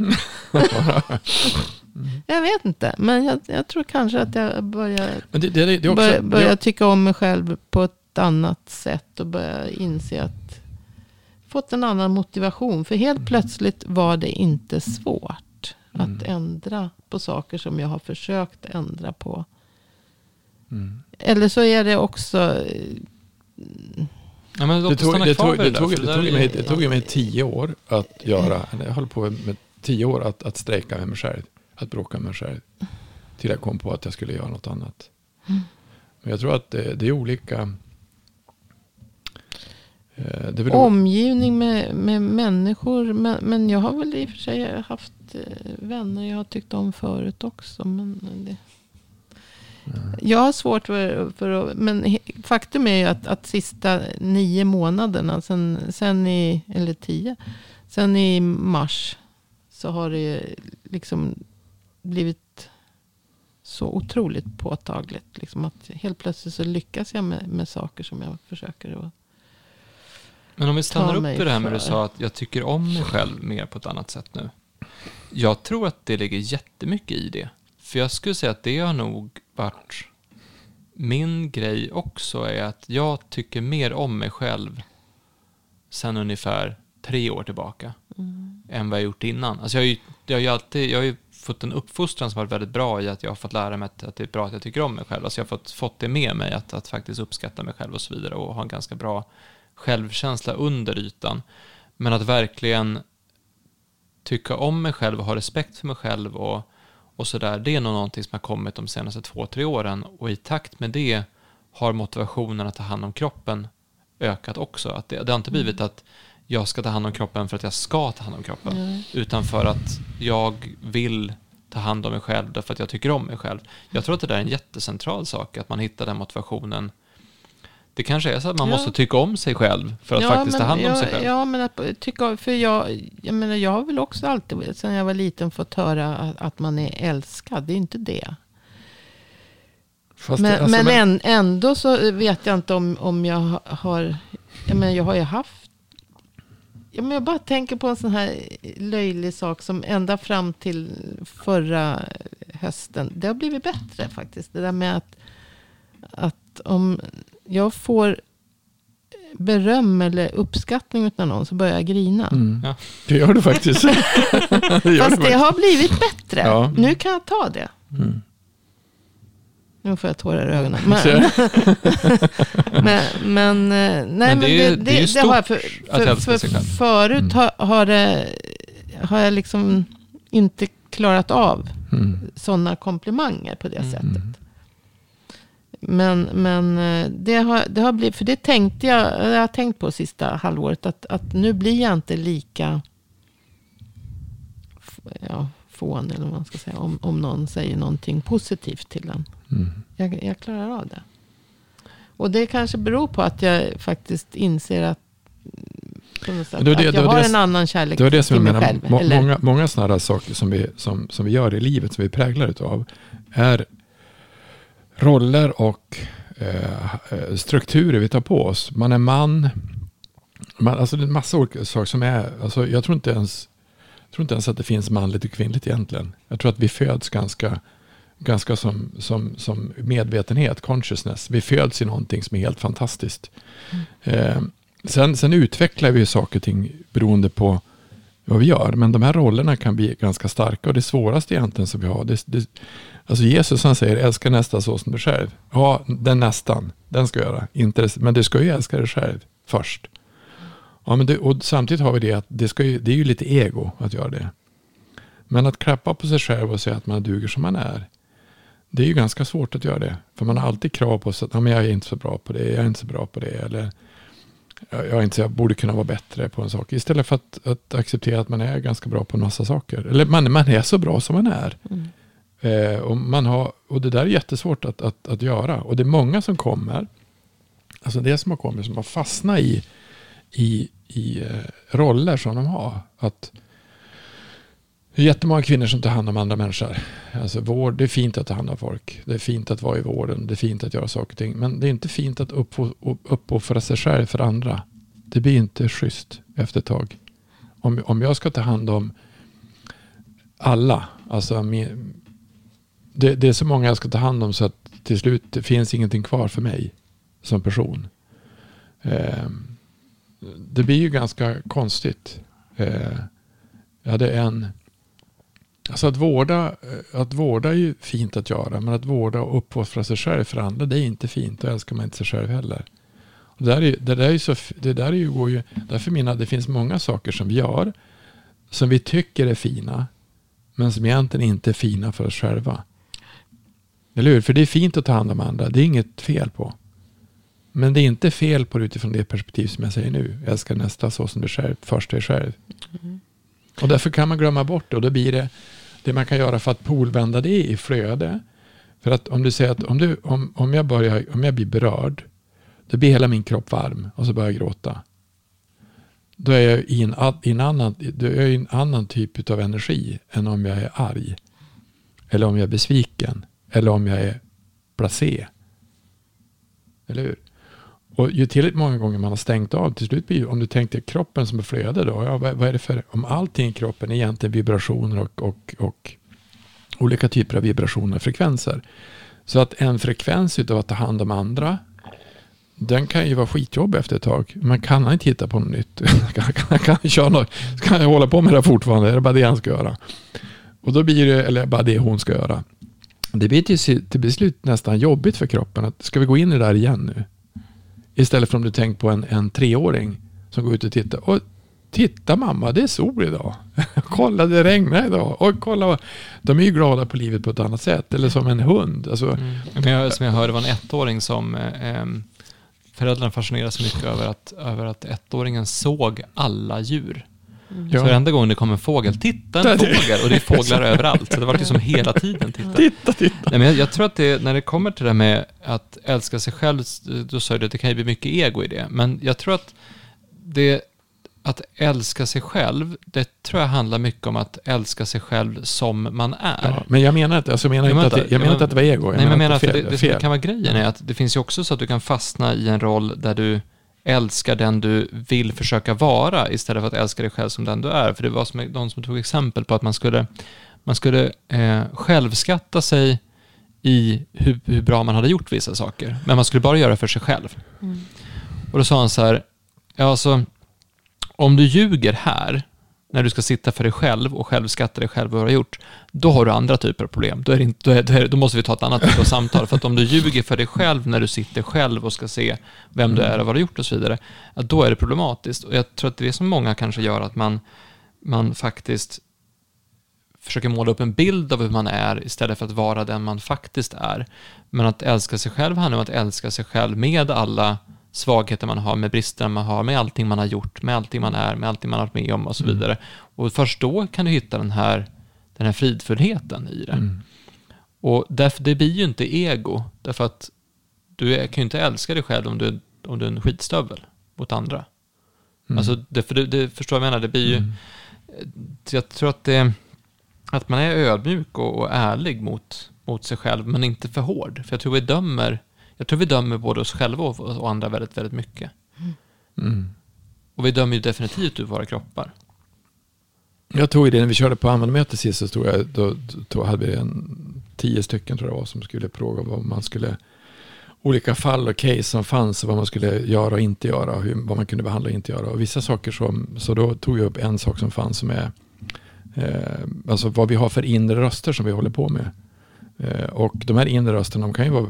[SPEAKER 2] Jag vet inte, men jag tror kanske att jag börjar tycka om mig själv på ett annat sätt och börjar inse att fått en annan motivation. För helt plötsligt var det inte svårt att ändra på saker som jag har försökt ändra på. Eller så är det också...
[SPEAKER 1] Ja, men
[SPEAKER 3] det tog mig 10 år att göra. Jag håller på med 10 år att strejka med mig själv. Att bråka med mig själv. Till jag kom på att jag skulle göra något annat. Men jag tror att det är olika...
[SPEAKER 2] omgivning med människor. Men jag har väl i och för sig haft vänner jag har tyckt om förut också. Men jag har svårt för att... Men faktum är ju att sista 9 månaderna, sen i mars, så har det liksom blivit så otroligt påtagligt. Liksom att helt plötsligt så lyckas jag med saker som jag försöker att...
[SPEAKER 1] Men om vi stannar upp i det här med du sa att jag tycker om mig själv mer på ett annat sätt nu. Jag tror att det ligger jättemycket i det. För jag skulle säga att det har nog varit min grej också, är att jag tycker mer om mig själv sen ungefär 3 år tillbaka än vad jag gjort innan. Alltså jag har ju fått en uppfostran som har varit väldigt bra i att jag har fått lära mig att det är bra att jag tycker om mig själv. Alltså jag har fått det med mig att faktiskt uppskatta mig själv och så vidare och ha en ganska bra självkänsla under ytan. Men att verkligen tycka om mig själv och ha respekt för mig själv och sådär, det är nog någonting som har kommit de senaste 2-3 åren. Och i takt med det har motivationen att ta hand om kroppen ökat också. Att det har inte blivit att jag ska ta hand om kroppen för att jag ska ta hand om kroppen. Utan för att jag vill ta hand om mig själv därför att jag tycker om mig själv. Jag tror att det där är en jättecentral sak, att man hittar den motivationen. Det kanske är så att man måste tycka om sig själv för att faktiskt ta hand om sig själv. Ja, men att tycka, för jag menar, jag har väl också alltid sedan jag var liten fått höra att man är älskad. Det är inte det. Men ändå så vet jag inte om jag har... Jag har ju haft... Jag bara tänker på en sån här löjlig sak som ända fram till förra hösten. Det har blivit bättre faktiskt. Det där med att om jag får beröm eller uppskattning av någon så börjar jag grina.
[SPEAKER 3] Ja. Det gör du faktiskt.
[SPEAKER 2] Fast det har blivit bättre. Ja. Nu kan jag ta det. Nu får jag tårar i ögonen. Men det är stort har jag förut har jag liksom inte klarat av sådana komplimanger på det sättet. Men det har blivit, för det tänkte jag har tänkt på sista halvåret, att nu blir jag inte lika fån, eller vad man ska säga, om någon säger någonting positivt till den. Jag klarar av det. Och det kanske beror på att jag faktiskt inser att jag har en annan kärlek till mig själv.
[SPEAKER 3] Många sådana saker som vi gör i livet, som vi präglar utav, är roller och strukturer vi tar på oss. Man är man, alltså det är en massa olika saker som är, alltså jag tror inte ens att det finns manligt och kvinnligt egentligen. Jag tror att vi föds ganska som medvetenhet, consciousness. Vi föds i någonting som är helt fantastiskt. Sen utvecklar vi saker och ting beroende på vad vi gör. Men de här rollerna kan bli ganska starka, och det svåraste egentligen som vi har, alltså Jesus, han säger älska nästa så som du själv. Ja, den ska göra. Men du ska ju älska dig själv först. Ja, men och samtidigt har vi det att det är ju lite ego att göra det. Men att klappa på sig själv och säga att man duger som man är, det är ju ganska svårt att göra det. För man har alltid krav på sig att men jag är inte så bra på det, jag är inte så bra på det. Eller jag borde kunna vara bättre på en sak. Istället för att acceptera att man är ganska bra på en massa saker. Eller man är så bra som man är. Och det där är jättesvårt att göra. Och det är många som kommer. Alltså det som har kommit som har fastnat i roller som de har. Att det är jättemånga kvinnor som tar hand om andra människor. Alltså vård, det är fint att ta hand om folk. Det är fint att vara i vården. Det är fint att göra saker och ting. Men det är inte fint att uppoffra sig själv för andra. Det blir inte schysst efter ett tag. Om jag ska ta hand om alla. Alltså det är så många jag ska ta hand om så att till slut det finns ingenting kvar för mig som person. Det blir ju ganska konstigt. Jag hade alltså att vårda är ju fint att göra, men att vårda och uppfostra sig själv för andra, det är inte fint. Då älskar man inte sig själv heller. Och det finns många saker som vi gör som vi tycker är fina, men som egentligen inte är fina för oss själva. Eller hur? För det är fint att ta hand om andra. Det är inget fel på. Men det är inte fel på det utifrån det perspektiv som jag säger nu. Jag älskar nästa så som du själv, först dig själv. Och därför kan man glömma bort det. Och då blir det man kan göra för att polvända det i flöde. För att om du säger att om jag blir berörd, då blir hela min kropp varm och så börjar jag gråta. Då är jag i en annan typ av energi än om jag är arg. Eller om jag är besviken. Eller om jag är blasé. Eller hur? Och ju tillräckligt många gånger man har stängt av, till slut blir, om du tänkte kroppen som är flöde då, vad är det för, om allting i kroppen är egentligen vibrationer och olika typer av vibrationer och frekvenser. Så att en frekvens utav att ta hand om andra, den kan ju vara skitjobb efter ett tag. Man kan inte hitta på något nytt. Kan jag hålla på med det fortfarande? Är det bara det han ska göra? Och då blir det, eller bara det hon ska göra. Det blir till beslut nästan jobbigt för kroppen. Att, ska vi gå in i det där igen nu? Istället för om du tänker på en 3-åring som går ut och tittar. Och titta mamma, det är sol idag. Kolla, det regnar idag. Och kolla, de är ju glada på livet på ett annat sätt. Eller som en hund. Alltså,
[SPEAKER 1] som jag hörde var en 1-åring som föräldrarna fascinerades så mycket över att 1-åringen såg alla djur. Så varenda gång det kommer en fågel, titta en fågel, och det är fåglar överallt. Så det var liksom hela tiden titta. Nej, men jag tror att när det kommer till det med att älska sig själv, då sa du att det kan ju bli mycket ego i det. Men jag tror att att älska sig själv, det tror jag handlar mycket om att älska sig själv som man är. Ja,
[SPEAKER 3] men jag menar inte att det var ego.
[SPEAKER 1] Jag menar att det som kan vara grejen är att det finns ju också så att du kan fastna i en roll där du älskar den du vill försöka vara istället för att älska dig själv som den du är. För det var som de som tog exempel på att man skulle självskatta sig i hur bra man hade gjort vissa saker. Men man skulle bara göra för sig själv. Och då sa han så här, alltså, om du ljuger här när du ska sitta för dig själv och självskatta dig själv vad du har gjort, då har du andra typer av problem. Då måste vi ta ett annat typ av samtal. För att om du ljuger för dig själv när du sitter själv och ska se vem du är och vad du har gjort och så vidare, då är det problematiskt. Och jag tror att det är det som många kanske gör, att man faktiskt försöker måla upp en bild av hur man är istället för att vara den man faktiskt är. Men att älska sig själv handlar om att älska sig själv med alla svagheter man har, med brister man har, med allting man har gjort, med allting man är, med allting man har varit med om och så vidare. Och först då kan du hitta den här fridfullheten i det. Och därför, det blir ju inte ego, därför att du kan ju inte älska dig själv om du är en skitstövel mot andra. Alltså, det förstår jag menar, det blir ju jag tror att man är ödmjuk och ärlig mot sig själv, men inte för hård. För jag tror vi dömer både oss själva och andra väldigt, väldigt mycket. Och vi dömer ju definitivt ut våra kroppar.
[SPEAKER 3] Jag tog det när vi körde på användarmöte sist, så tror jag då hade vi 10 stycken tror jag var, som skulle fråga vad man skulle, olika fall och case som fanns och vad man skulle göra och inte göra, och vad man kunde behandla och inte göra. Och vissa saker så då tog jag upp en sak som fanns som är alltså vad vi har för inre röster som vi håller på med. Och de här inre rösterna, de kan ju vara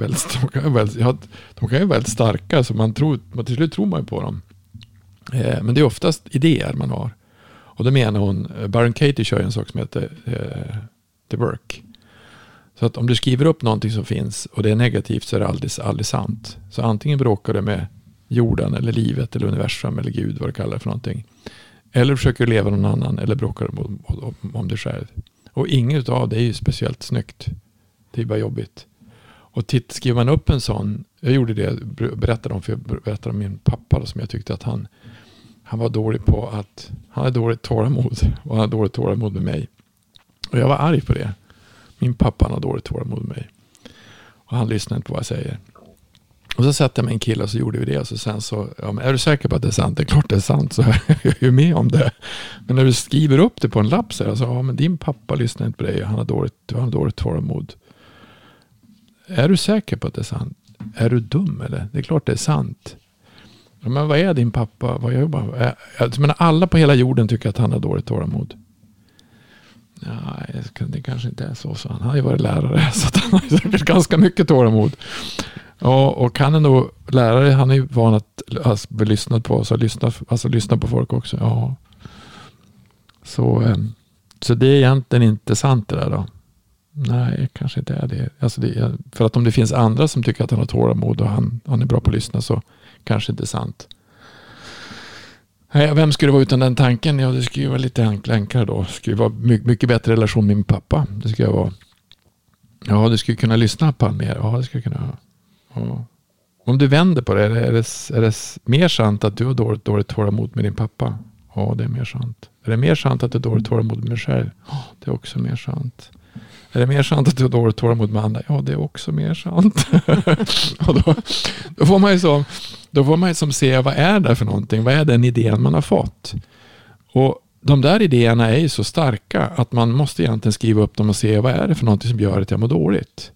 [SPEAKER 3] väldigt starka, så till slut tror man ju på dem. Men det är oftast idéer man har. Och då menar hon, Byron Katie kör en sak som heter The Work. Så att om du skriver upp någonting som finns och det är negativt, så är det aldrig sant. Så antingen bråkar du med jorden eller livet eller universum eller Gud, vad du kallar det för någonting. Eller försöker leva någon annan eller bråkar om dig själv. Och inget av det är ju speciellt snyggt. Det är bara jobbigt. Och skriver man upp en sån, jag gjorde det, berättade om min pappa då, som jag tyckte att han var dålig på att, han hade dåligt tålamod och han hade dåligt tålamod med mig. Och jag var arg på det. Min pappa har dåligt tålamod med mig. Och han lyssnar inte på vad jag säger. Och så satte jag med en kille och så gjorde vi det. Och så sen så, ja, men är du säker på att det är sant? Det är klart det är sant, så jag är med om det. Men när du skriver upp det på en lapp så är det så, ja men din pappa lyssnar inte på dig och han har dåligt tålamod. Är du säker på att det är sant? Är du dum eller? Det är klart det är sant. Ja, men vad är din pappa? Vad jobbar? Men alla på hela jorden tycker att han har dåligt tålamod. Ja, det kanske inte är så. Han har ju varit lärare så att han har säkert ganska mycket tålamod. Och han är nog lärare, han är ju van att bli lyssnad på, så lyssna på folk också. Ja. Så det är egentligen inte sant det där då. Nej, kanske inte är det. Alltså för att om det finns andra som tycker att han har tålamod och han är bra på att lyssna, så kanske inte är sant. Vem skulle det vara utan den tanken? Ja, det skulle ju vara lite enklare då. Det skulle vara mycket bättre relation med min pappa. Det skulle vara. Ja, du skulle kunna lyssna på honom mer. Ja, det skulle kunna. Ja. Om du vänder på det, är det mer sant att du har dåligt tålamod med din pappa? Ja, det är mer sant. Är det mer sant att du har dåligt tålamod med dig själv? Ja, det är också mer sant. Är det mer sant att du har dåligt tålamod med andra? Ja, det är också mer sant. Och då får man ju som se, vad är det för någonting? Vad är den idén man har fått? Och de där idéerna är ju så starka att man måste egentligen skriva upp dem och se, vad är det för någonting som gör att jag mår dåligt?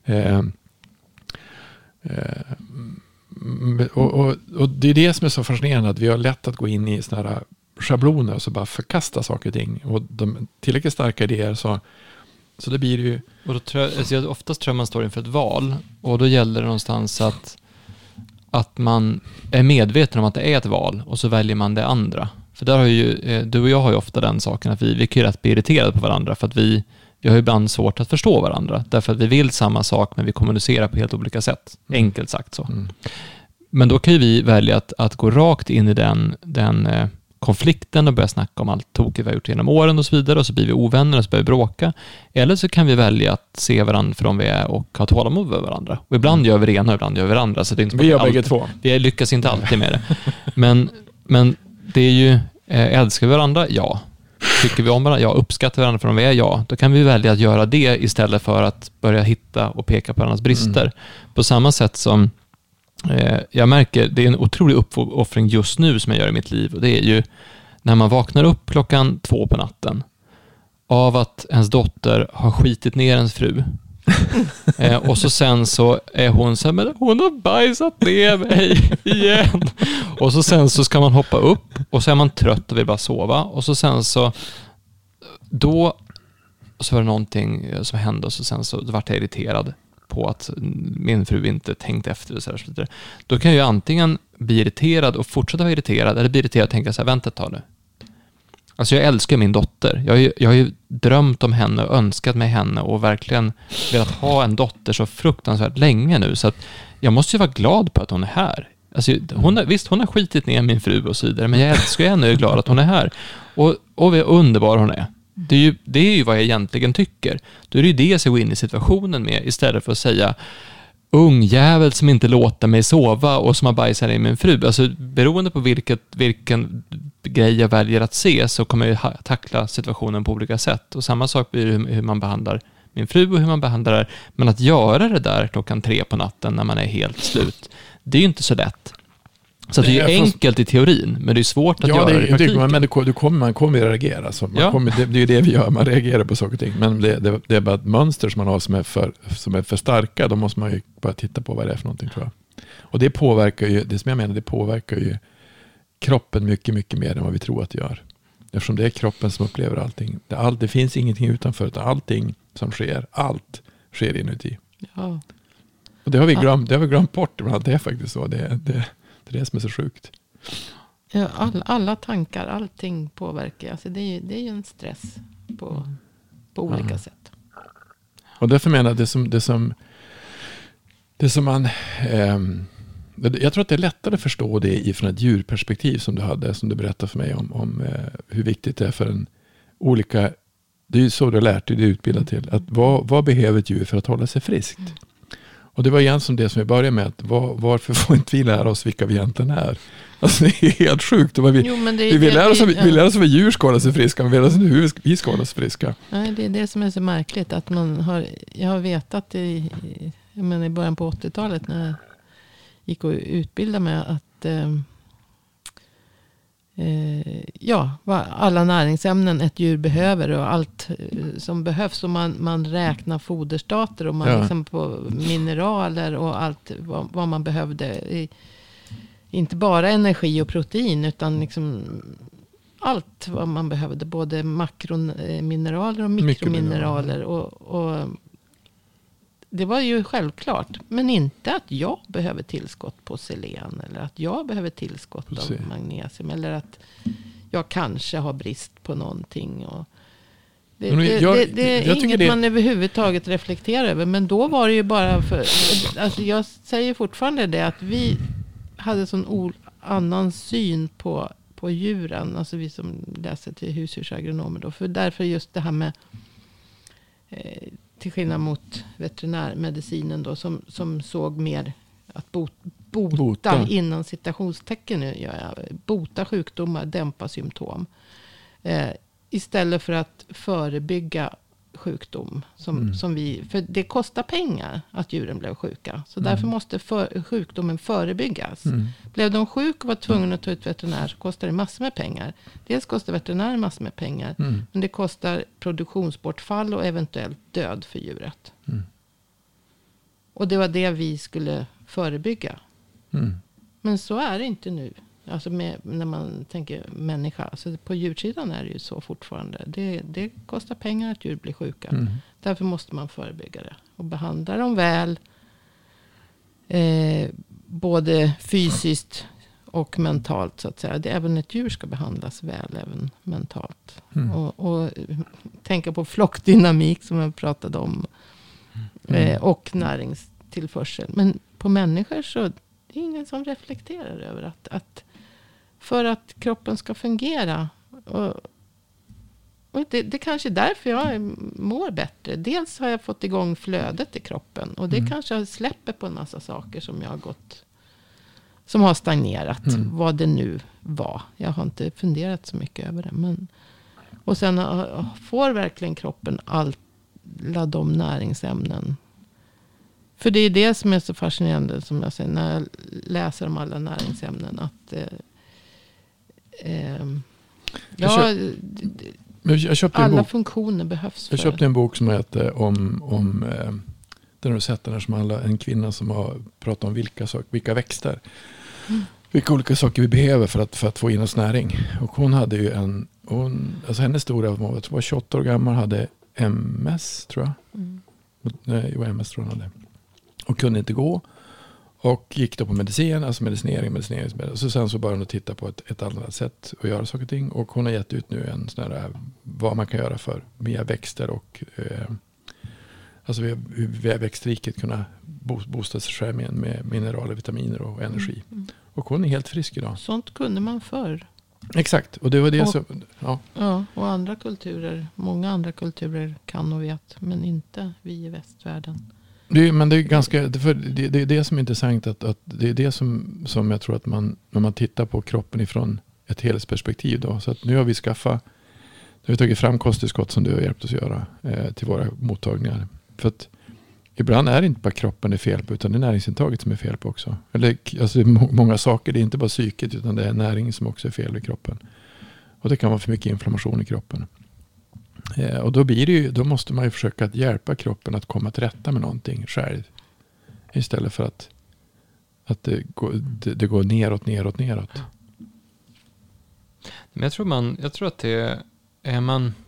[SPEAKER 3] Och det är det som är så fascinerande, att vi har lätt att gå in i såna här schabloner och så bara förkasta saker och ting. Och de tillräckligt starka idéer så det blir det ju.
[SPEAKER 1] Och då oftast tror jag man står inför ett val, och då gäller det någonstans att man är medveten om att det är ett val, och så väljer man det andra. För där har ju du och jag har ju ofta den saken att vi kan ju rätt bli irriterade på varandra, för att vi har ju ibland svårt att förstå varandra, därför att vi vill samma sak men vi kommunicerar på helt olika sätt, enkelt sagt så. Men då kan ju vi välja att gå rakt in i den konflikten och börja snacka om allt tokigt vi har gjort genom åren och så vidare, och så blir vi ovänner och så börjar vi bråka. Eller så kan vi välja att se varandra för de vi är och ha tålamod med varandra. Och ibland gör vi det ena och ibland gör vi det andra. Så det är inte
[SPEAKER 3] vi gör bägge två.
[SPEAKER 1] Vi lyckas inte alltid med det. Men det är ju, älskar vi varandra? Ja. Tycker vi om varandra? Ja. Uppskattar vi varandra för de vi är? Ja. Då kan vi välja att göra det istället för att börja hitta och peka på varandras brister. På samma sätt som jag märker, det är en otrolig uppoffring just nu som jag gör i mitt liv, och det är ju när man vaknar upp 2:00 på natten av att ens dotter har skitit ner ens fru. Och så sen så är hon så här, men hon har bajsat ner mig igen. Och så sen så ska man hoppa upp och så är man trött och vill bara sova, och så sen så var det någonting som hände, och så sen så vart jag irriterad på att min fru inte tänkte efter och så där. Då kan jag antingen bli irriterad och fortsätta vara irriterad, eller bli irriterad och tänka så här, vänta ett tag nu. Alltså jag älskar min dotter. Jag har ju drömt om henne och önskat mig henne och verkligen velat ha en dotter så fruktansvärt länge nu, så att jag måste ju vara glad på att hon är här. Alltså hon har skitit ner min fru och så vidare, men jag älskar henne och är glad att hon är här. Och vad underbar hon är. Det är ju vad jag egentligen tycker. Då är det ju det jag ska gå in i situationen med, istället för att säga ungjävel som inte låter mig sova och som har bajsat i min fru. Alltså beroende på vilken grej jag väljer att se, så kommer jag tackla situationen på olika sätt. Och samma sak blir det hur man behandlar min fru och hur man behandlar. Men att göra det där 3:00 på natten när man är helt slut, det är ju inte så lätt. Så det är ju enkelt i teorin, men det är svårt att göra det i praktiken.
[SPEAKER 3] Men man kommer att reagera. Så det är ju det vi gör, man reagerar på saker och ting. Men det är bara ett mönster som man har som är för starka. Då måste man ju bara titta på vad det är för någonting, tror jag. Och det påverkar ju, det som jag menar, det påverkar ju kroppen mycket, mycket mer än vad vi tror att det gör. Eftersom det är kroppen som upplever allting. Det finns ingenting utanför, utan allting som sker, allt sker inuti.
[SPEAKER 2] Ja.
[SPEAKER 3] Och det har vi glömt bort. Men det är faktiskt så. Det är det som är så sjukt.
[SPEAKER 2] Ja, alla tankar, allting påverkar. Alltså det är ju en stress på olika sätt. Och
[SPEAKER 3] därför menar jag det som Jag tror att det är lättare att förstå det ifrån ett djurperspektiv som du hade, som du berättade för mig om hur viktigt det är för en olika, det är ju så du har lärt dig, du är utbildad till, att vad behöver ett djur för att hålla sig friskt? Och det var igen som det som vi började med, att varför får inte vi lära oss vilka vi egentligen är? Alltså det är helt sjukt. Vi vill lära oss vad djur ska hålla sig friska, men vi vill lära oss hur vi ska hålla sig friska.
[SPEAKER 2] Nej, det är det som är så märkligt, att jag har vetat i början på 80-talet när jag gick och utbildade mig att vad alla näringsämnen ett djur behöver och allt som behövs, och man räknar foderstater och man liksom på mineraler och allt vad man behövde, inte bara energi och protein utan liksom allt vad man behövde, både makromineraler och mikromineraler och det var ju självklart, men inte att jag behöver tillskott på selen eller att jag behöver tillskott av magnesium eller att jag kanske har brist på någonting. Och det är inget man överhuvudtaget reflekterar över, men då var det ju bara för, alltså jag säger fortfarande det, att vi hade sån annan syn på djuren, alltså vi som läser till husdjursagronomer då, för därför just det här med till skillnad mot veterinärmedicinen då, som såg mer att bota innan citationstecken nu gör jag, bota sjukdomar, dämpa symptom. Istället för att förebygga sjukdom som vi, för det kostar pengar att djuren blev sjuka. Så därför måste sjukdomen förebyggas. Blev de sjuk och var tvungna att ta ut veterinär, så kostar det massor med pengar. Dels kostar veterinär massor med pengar, men det kostar produktionsbortfall och eventuellt död för djuret. Och det var det vi skulle förebygga. Men så är det inte nu. Alltså när man tänker människa. Så på djursidan är det ju så fortfarande. Det kostar pengar att djur blir sjuka. Därför måste man förebygga det. Och behandla dem väl. Både fysiskt och mentalt så att säga. Även ett djur ska behandlas väl, även mentalt. Och tänka på flockdynamik som jag pratade om. Och näringstillförsel. Men på människor så är det ingen som reflekterar över att för att kroppen ska fungera. Och det kanske är därför jag mår bättre. Dels har jag fått igång flödet i kroppen. Och det kanske släpper på en massa saker som jag har gått, som har stagnerat. Vad det nu var. Jag har inte funderat så mycket över det. Och sen får verkligen kroppen alla de näringsämnen. För det är det som är så fascinerande, som jag säger, när jag läser om alla näringsämnen, att alla funktioner behövs.
[SPEAKER 3] Jag köpte en bok som heter om den har du sett, den som handlar en kvinna som har pratat om vilka växter, vilka olika saker vi behöver för att få in oss näring. Och hon hade ju alltså hennes stora, jag var 28 år gammal, hade MS tror jag. MS tror jag hade. Och kunde inte gå. Och gick då på medicinering. Och sen så började hon titta på ett annat sätt att göra saker och ting. Och hon har gett ut nu en sån här, vad man kan göra via växter och alltså via växtriket kunna boosta sig själv med mineraler, vitaminer och energi. Och hon är helt frisk idag.
[SPEAKER 2] Sånt kunde man förr.
[SPEAKER 3] Exakt, och det var det som...
[SPEAKER 2] Ja, och många andra kulturer kan och vet, men inte vi i västvärlden.
[SPEAKER 3] Men det är ganska, det är det som är intressant, att det är det som jag tror att när man tittar på kroppen ifrån ett helhetsperspektiv då, så att nu har vi tagit fram kosttillskott som du har hjälpt oss att göra till våra mottagningar. För att ibland är det inte bara kroppen det är fel på, utan det är näringsintaget som är fel på också. Eller alltså många saker, det är inte bara psyket, utan det är näring som också är fel i kroppen. Och det kan vara för mycket inflammation i kroppen. Och då måste man ju försöka att hjälpa kroppen att komma till rätta med någonting själv. Istället för att det går neråt.
[SPEAKER 1] Men jag tror att det är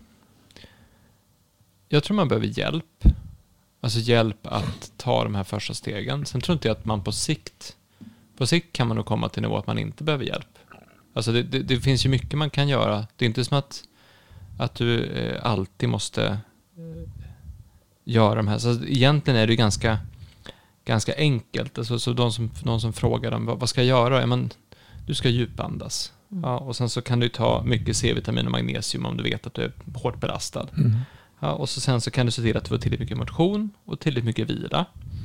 [SPEAKER 1] jag tror man behöver hjälp. Alltså hjälp att ta de här första stegen. Sen tror inte jag att man på sikt kan man nog komma till nivå att man inte behöver hjälp. Alltså det finns ju mycket man kan göra. Det är inte som att du alltid måste göra de här. Så egentligen är det ju ganska ganska enkelt. Alltså, så de som frågar dem, vad ska jag göra? Men du ska djupandas. Ja, och sen så kan du ta mycket C-vitamin och magnesium om du vet att du är hårt belastad. Ja, och sen så kan du se till att du får tillräckligt mycket motion och tillräckligt mycket vila.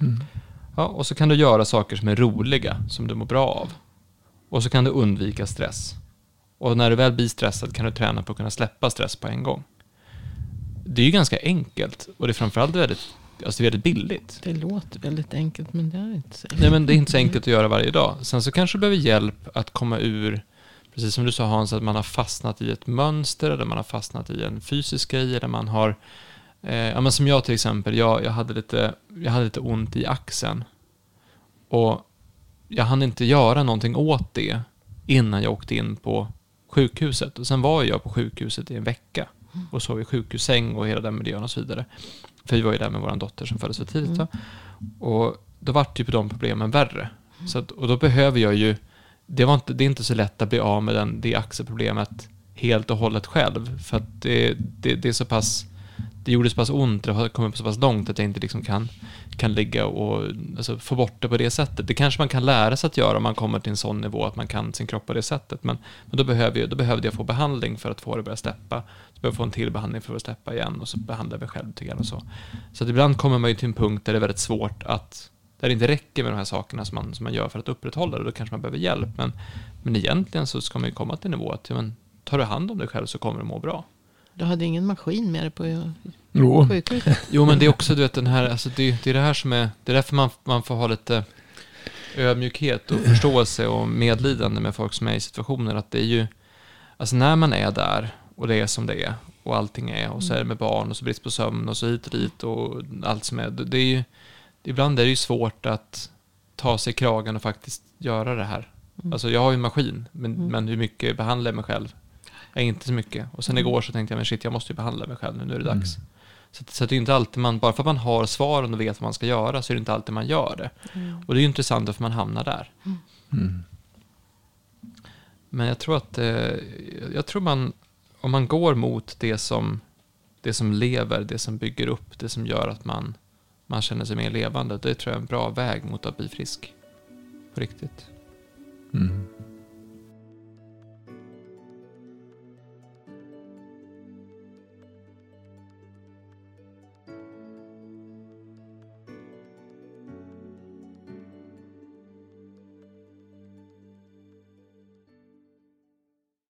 [SPEAKER 1] Ja, och så kan du göra saker som är roliga, som du mår bra av. Och så kan du undvika stress. Och när du väl blir stressad kan du träna på att kunna släppa stress på en gång. Det är ju ganska enkelt och det är framförallt väldigt billigt.
[SPEAKER 2] Det låter väldigt enkelt, men det är inte så enkelt.
[SPEAKER 1] Nej, men det är inte så enkelt att göra varje dag. Sen så kanske du behöver hjälp att komma ur, precis som du sa Hans, att man har fastnat i ett mönster eller man har fastnat i en fysisk grej eller man har, men som jag till exempel, jag hade lite ont i axeln och jag hann inte göra någonting åt det innan jag åkte in på sjukhuset. Och sen var jag på sjukhuset i en vecka och sov i sjukhussäng och hela den miljön och så vidare. För vi var ju där med vår dotter som föddes för tidigt. Och då var typ de problemen värre. Så att, och då behöver jag ju, det är inte så lätt att bli av med det axelproblemet helt och hållet själv. För att det är så pass, det gjorde så pass ont, det har kommit så pass långt att jag inte liksom kan ligga och alltså, få bort det på det sättet. Det kanske man kan lära sig att göra om man kommer till en sån nivå att man kan sin kropp på det sättet. Men då behövde jag få behandling för att få det att börja släppa. Så behöver jag få en till behandling för att släppa igen och så behandlar vi själv lite grann och så. Så att ibland kommer man ju till en punkt där det är väldigt svårt där det inte räcker med de här sakerna som man gör för att upprätthålla det. Då kanske man behöver hjälp. Men egentligen så ska man ju komma till en nivå att tar du hand om dig själv så kommer du må bra.
[SPEAKER 2] Du hade ingen maskin med dig på sjukhuset?
[SPEAKER 1] Jo, men det är också, du vet, den här, alltså det är det här som är, det är därför man får ha lite ödmjukhet och förståelse och medlidande med folk som är i situationer, att det är ju, alltså när man är där och det är som det är och allting är, och så är det med barn och så brist på sömn och så hit och dit och allt som är, det är ju, ibland är det ju svårt att ta sig i kragen och faktiskt göra det här. Alltså jag har ju en maskin, men hur mycket behandlar jag mig själv? Inte så mycket. Och sen igår så tänkte jag, men shit, jag måste ju behandla mig själv nu är det dags. Så det är inte alltid bara för att man har svaren och vet vad man ska göra, så är det inte alltid man gör det. Och det är ju intressant att man hamnar där. Men jag tror man, om man går mot det som lever, det som bygger upp, det som gör att man känner sig mer levande, det tror jag är en bra väg mot att bli frisk. På riktigt.